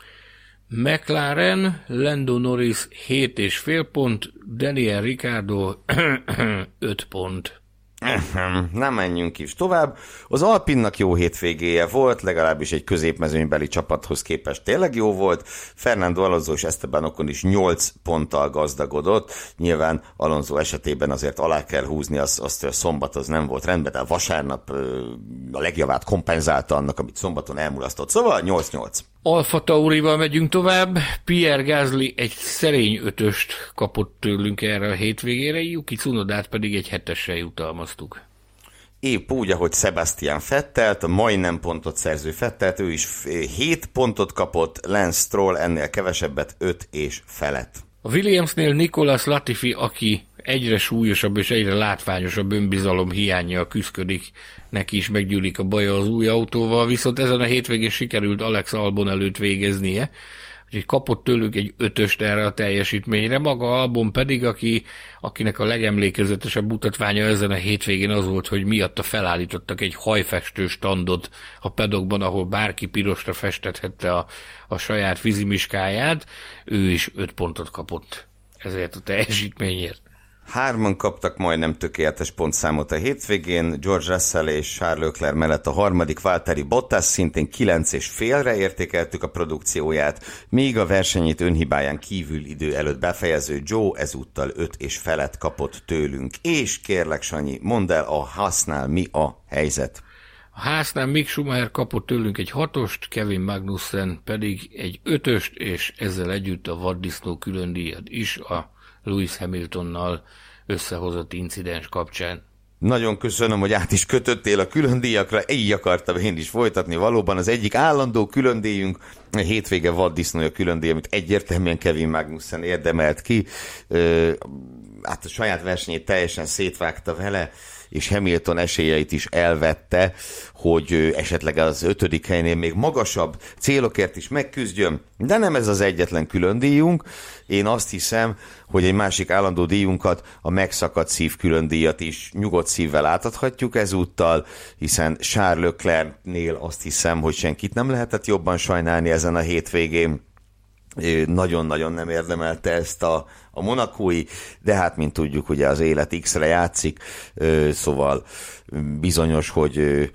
McLaren, Lando Norris 7,5 pont, Daniel Ricciardo 5 pont. Nem menjünk is tovább. Az Alpinnak jó hétvégéje volt, legalábbis egy középmezőnybeli csapathoz képest tényleg jó volt. Fernando Alonso és Esteban Ocon is 8 ponttal gazdagodott. Nyilván Alonso esetében azért alá kell húzni azt, hogy a szombat az nem volt rendben, de a vasárnap a legjavát kompenzálta annak, amit szombaton elmulasztott. Szóval 8-8. Alfa Taurival megyünk tovább. Pierre Gasly egy szerény 5-öst kapott tőlünk erre a hétvégére, Yuki Tsunodát pedig egy 7-essel jutalmaztuk. Épp úgy, ahogy Sebastian Vettelt, a majdnem pontot szerző Vettelt, ő is 7 pontot kapott, Lance Stroll ennél kevesebbet, 5 és felett. A Williamsnél Nicolas Latifi, aki egyre súlyosabb és egyre látványosabb önbizalom hiánnyal küszködik, neki is meggyűlik a baja az új autóval, viszont ezen a hétvégén sikerült Alex Albon előtt végeznie, úgyhogy kapott tőlük egy 5-öst erre a teljesítményre, maga Albon pedig, akinek a legemlékezetesebb mutatványa ezen a hétvégén az volt, hogy miatta felállítottak egy hajfestő standot a pedokban, ahol bárki pirosra festethette a saját fizimiskáját, ő is 5 pontot kapott ezért a teljesítményért. 3 kaptak majdnem tökéletes pontszámot a hétvégén, George Russell és Charles Leclerc mellett a harmadik Valtteri Bottas szintén 9,5-re értékeltük a produkcióját, míg a versenyét önhibáján kívül idő előtt befejező Joe ezúttal 5 és felett kapott tőlünk. És kérlek Sanyi, mondd el, a Haasnál mi a helyzet? A Haasnál Mick Schumacher kapott tőlünk egy 6-ost, Kevin Magnussen pedig egy 5-öst, és ezzel együtt a vaddisznó különdíjat is a Lewis Hamiltonnal összehozott incidens kapcsán. Nagyon köszönöm, hogy át is kötöttél a különdíjakra, így akartam én is folytatni. Valóban az egyik állandó különdíjunk, a hétvége vaddisznója különdíj, amit egyértelműen Kevin Magnussen érdemelt ki. Hát a saját versenyét teljesen szétvágta vele, és Hamilton esélyeit is elvette, hogy esetleg az 5. helynél még magasabb célokért is megküzdjön, de nem ez az egyetlen külön díjunk. Én azt hiszem, hogy egy másik állandó díjunkat, a megszakadt szív külön díjat is nyugodt szívvel átadhatjuk ezúttal, hiszen Charles Leclercnél azt hiszem, hogy senkit nem lehetett jobban sajnálni ezen a hétvégén. Nagyon-nagyon nem érdemelte ezt a monakói, de hát, mint tudjuk, ugye az élet X-re játszik, szóval bizonyos, hogy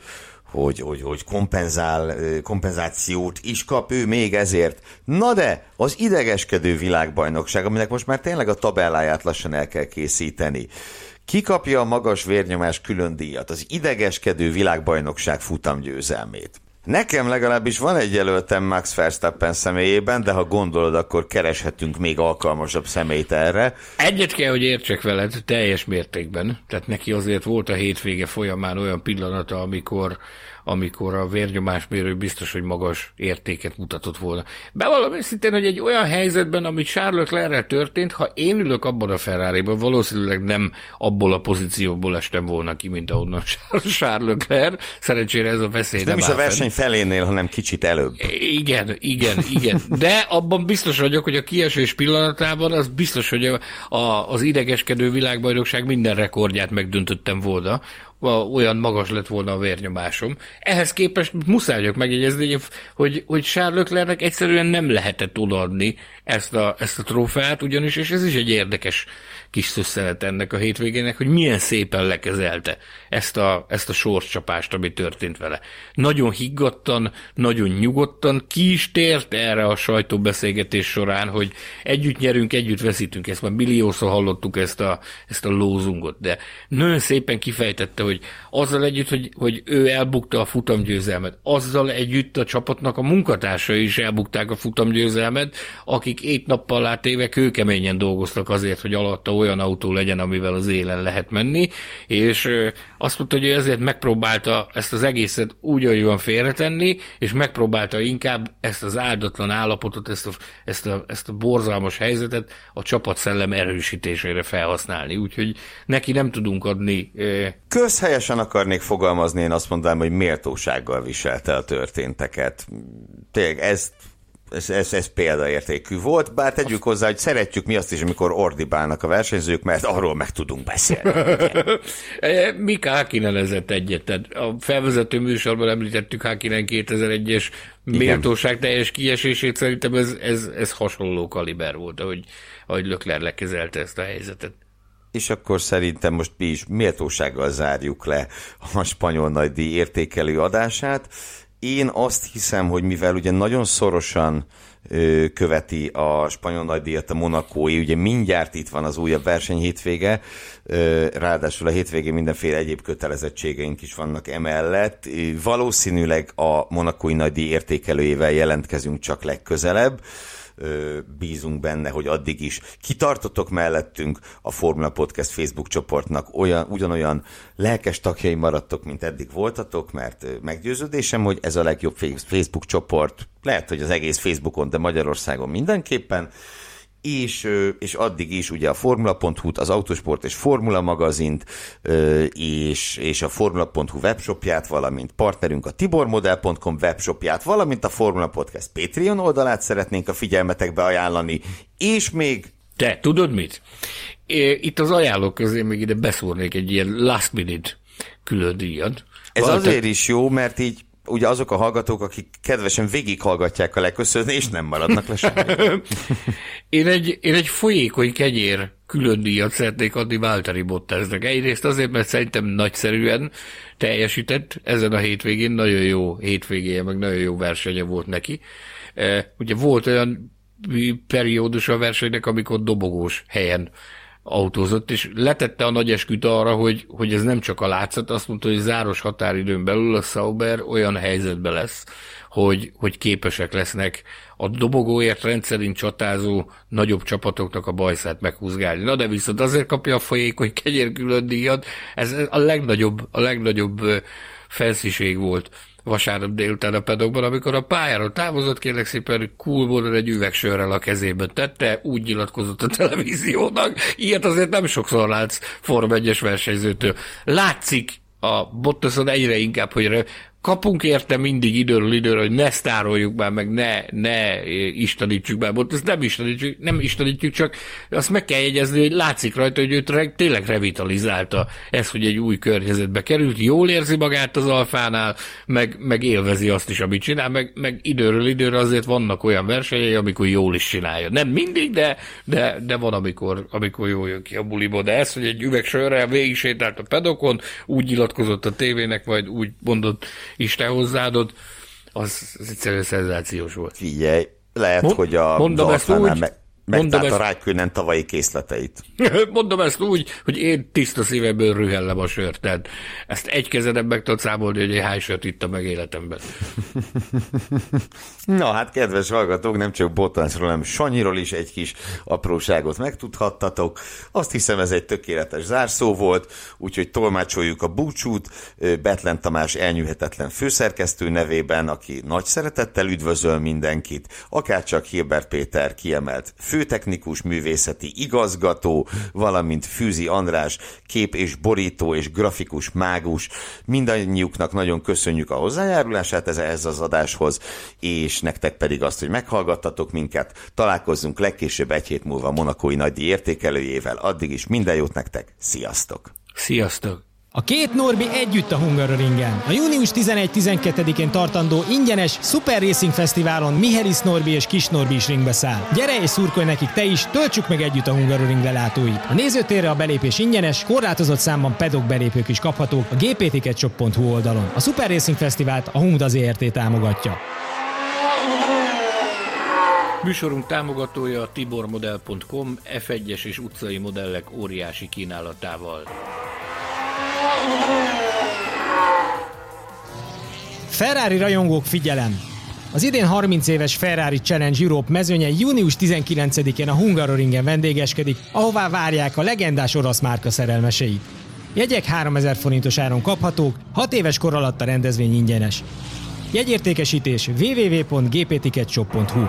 kompenzációt is kap ő még ezért. Na de az idegeskedő világbajnokság, aminek most már tényleg a tabelláját lassan el kell készíteni. Ki kapja a magas vérnyomás külön díjat, az idegeskedő világbajnokság futamgyőzelmét? Nekem legalábbis van egy jelöltem Max Verstappen személyében, de ha gondolod, akkor kereshetünk még alkalmasabb személyt erre. Egyet kell, hogy értsek veled teljes mértékben. Tehát neki azért volt a hétvége folyamán olyan pillanata, amikor a vérnyomásmérő biztos, hogy magas értéket mutatott volna. Bevallom őszintén, hogy egy olyan helyzetben, amit Charles Leclerc-rel történt, ha én ülök abban a Ferrariban, valószínűleg nem abból a pozícióból estem volna ki, mint ahonnan Charles Leclerc. Szerencsére ez a veszély nem is a verseny felénél, hanem kicsit előbb. Igen. De abban biztos vagyok, hogy a kiesés pillanatában az biztos, hogy az idegeskedő világbajnokság minden rekordját megdöntöttem volna. olyan magas lett volna a vérnyomásom. Ehhez képest muszáj vagyok megjegyezni, hogy Charles Leclercnek egyszerűen nem lehetett odaadni ezt a trófeát, ugyanis, és ez is egy érdekes kis szösszenet ennek a hétvégének, hogy milyen szépen lekezelte ezt a sorscsapást, ami történt vele. Nagyon higgadtan, nagyon nyugodtan, ki is tért erre a sajtóbeszélgetés során, hogy együtt nyerünk, együtt veszítünk, ezt már milliószor hallottuk ezt a lózungot, de nagyon szépen kifejtette, hogy azzal együtt, hogy ő elbukta a futamgyőzelmet, azzal együtt a csapatnak a munkatársai is elbukták a futamgyőzelmet, akik 7 nappal átéve kőkeményen dolgoztak azért, hogy alatta olyan autó legyen, amivel az élen lehet menni, és azt mondta, hogy ezért megpróbálta ezt az egészet úgy, ahogy van félretenni, és megpróbálta inkább ezt az áldatlan állapotot, ezt a borzalmas helyzetet a csapatszellem erősítésére felhasználni. Úgyhogy neki nem tudunk adni... Közhelyesen akarnék fogalmazni, én azt mondanám, hogy méltósággal viselte a történteket. Tényleg ez példaértékű volt, bár tegyük hozzá, hogy szeretjük mi azt is, amikor ordibálnak a versenyzők, mert arról meg tudunk beszélni. Mika Häkkinen egyet, tehát a felvezető műsorban említettük Häkkinen 2001-es méltóság teljes kiesését, szerintem ez hasonló kaliber volt, ahogy Leclerc lekezelte ezt a helyzetet. És akkor szerintem most mi is méltósággal zárjuk le a spanyol nagydíj értékelő adását. Én azt hiszem, hogy mivel ugye nagyon szorosan követi a spanyol nagydíjat a monakói, ugye mindjárt itt van az újabb versenyhétvége, ráadásul a hétvégén mindenféle egyéb kötelezettségeink is vannak emellett. Valószínűleg a monakói nagydíj értékelőjével jelentkezünk csak legközelebb. Bízunk benne, hogy addig is kitartotok mellettünk, a Formula Podcast Facebook csoportnak ugyanolyan lelkes tagjai maradtok, mint eddig voltatok, mert meggyőződésem, hogy ez a legjobb Facebook csoport, lehet, hogy az egész Facebookon, de Magyarországon mindenképpen, és addig is ugye a Formula.hu-t, az Autosport és Formula magazint, és a Formula.hu webshopját, valamint partnerünk a tibormodel.com webshopját, valamint a Formula Podcast Patreon oldalát szeretnénk a figyelmetekbe ajánlani, és még... Te tudod mit? Itt az ajánlók közé még ide beszúrnék egy ilyen last minute külön díjat. Ez azért is jó, mert így ugye azok a hallgatók, akik kedvesen végighallgatják a leköszönést, nem maradnak le semmi. Én egy folyékony kenyér külön díjat szeretnék adni Valtteri Bottasnak. Egyrészt azért, mert szerintem nagyszerűen teljesített ezen a hétvégén, nagyon jó hétvégéje, meg nagyon jó versenye volt neki. Ugye volt olyan periódus a versenynek, amikor dobogós helyen autózott, és letette a nagy esküt arra, hogy ez nem csak a látszat, azt mondta, hogy záros határidőn belül a Sauber olyan helyzetben lesz, hogy képesek lesznek a dobogóért rendszerint csatázó nagyobb csapatoknak a bajszát meghúzgálni. Na de viszont azért kapja a folyékony kenyér külön díjat, ez a legnagyobb fensziség volt vasárnap délután a pedokban, amikor a pályáról távozott, kérlek szépen cool módon egy üvegsörrel a kezében tette, úgy nyilatkozott a televíziónak. Ilyet azért nem sokszor látsz Forma 1-es versenyzőtől. Látszik a Bottason egyre inkább, hogy kapunk érte mindig időről időre, hogy ne sztároljuk már, meg ne istenítsük már, ott ezt nem istenítjük, csak azt meg kell jegyezni, hogy látszik rajta, hogy őt tényleg revitalizálta ez, hogy egy új környezetbe került, jól érzi magát az Alfánál, meg élvezi azt is, amit csinál, meg időről időre azért vannak olyan versenyei, amikor jól is csinálja. Nem mindig, de van, amikor jól jön ki a buliból, de ez, hogy egy üvegsörrel végig sétált a pedokon, úgy nyilatkozott a tévének, majd úgy mondott Isten hozzáadott, az egyszerűen szenzációs volt. Figyelj, lehet, hogy a Alfánál megtalálta Räikkönen tavalyi készleteit. Mondom ezt úgy, hogy én tiszta szívemből rühellem a sört, tehát ezt egy kezedben meg tudod számolni, hogy egy hány sört ittam meg életemben. Na hát, kedves hallgatók, nem csak Bottasról, hanem Sanyiról is egy kis apróságot megtudhattatok. Azt hiszem, ez egy tökéletes zárszó volt, úgyhogy tolmácsoljuk a búcsút Bethlen Tamás elnyűhetetlen főszerkesztő nevében, aki nagy szeretettel üdvözöl mindenkit, akárcsak Hilbert Péter kiemelt főtechnikus, művészeti igazgató, valamint Fűzi András, kép- és borító és grafikus mágus. Mindannyiuknak nagyon köszönjük a hozzájárulását ez az adáshoz, és nektek pedig azt, hogy meghallgattatok minket. Találkozzunk legkésőbb egy hét múlva a monakói nagydíj értékelőjével. Addig is minden jót nektek, sziasztok! Sziasztok! A két Norbi együtt a Hungaroringen. A június 11-12-én tartandó ingyenes Super Racing Fesztiválon Miheris Norbi és Kis Norbi is ringbe száll. Gyere és szurkolj nekik te is, töltsük meg együtt a Hungaroring lelátóit. A nézőtérre a belépés ingyenes, korlátozott számban pedok belépők is kaphatók a gpticketshop.hu oldalon. A Super Racing Fesztivált a Humda ZRT támogatja. Műsorunk támogatója a tibormodel.com F1-es és utcai modellek óriási kínálatával. Ferrari rajongók, figyelem! Az idén 30 éves Ferrari Challenge Europe mezőnye június 19-én a Hungaroringen vendégeskedik, ahová várják a legendás orosz márka szerelmeseit. Jegyek 3000 forintos áron kaphatók, 6 éves kor alatt a rendezvény ingyenes. Jegyértékesítés www.gpticketshop.hu.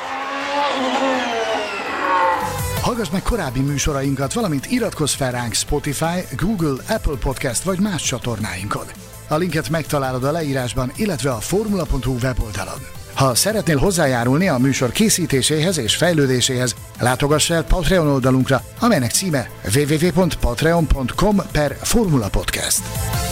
Hallgass meg korábbi műsorainkat, valamint iratkozz fel ránk Spotify, Google, Apple Podcast vagy más csatornáinkon. A linket megtalálod a leírásban, illetve a formula.hu weboldalon. Ha szeretnél hozzájárulni a műsor készítéséhez és fejlődéséhez, látogass el Patreon oldalunkra, amelynek címe www.patreon.com/formulapodcast.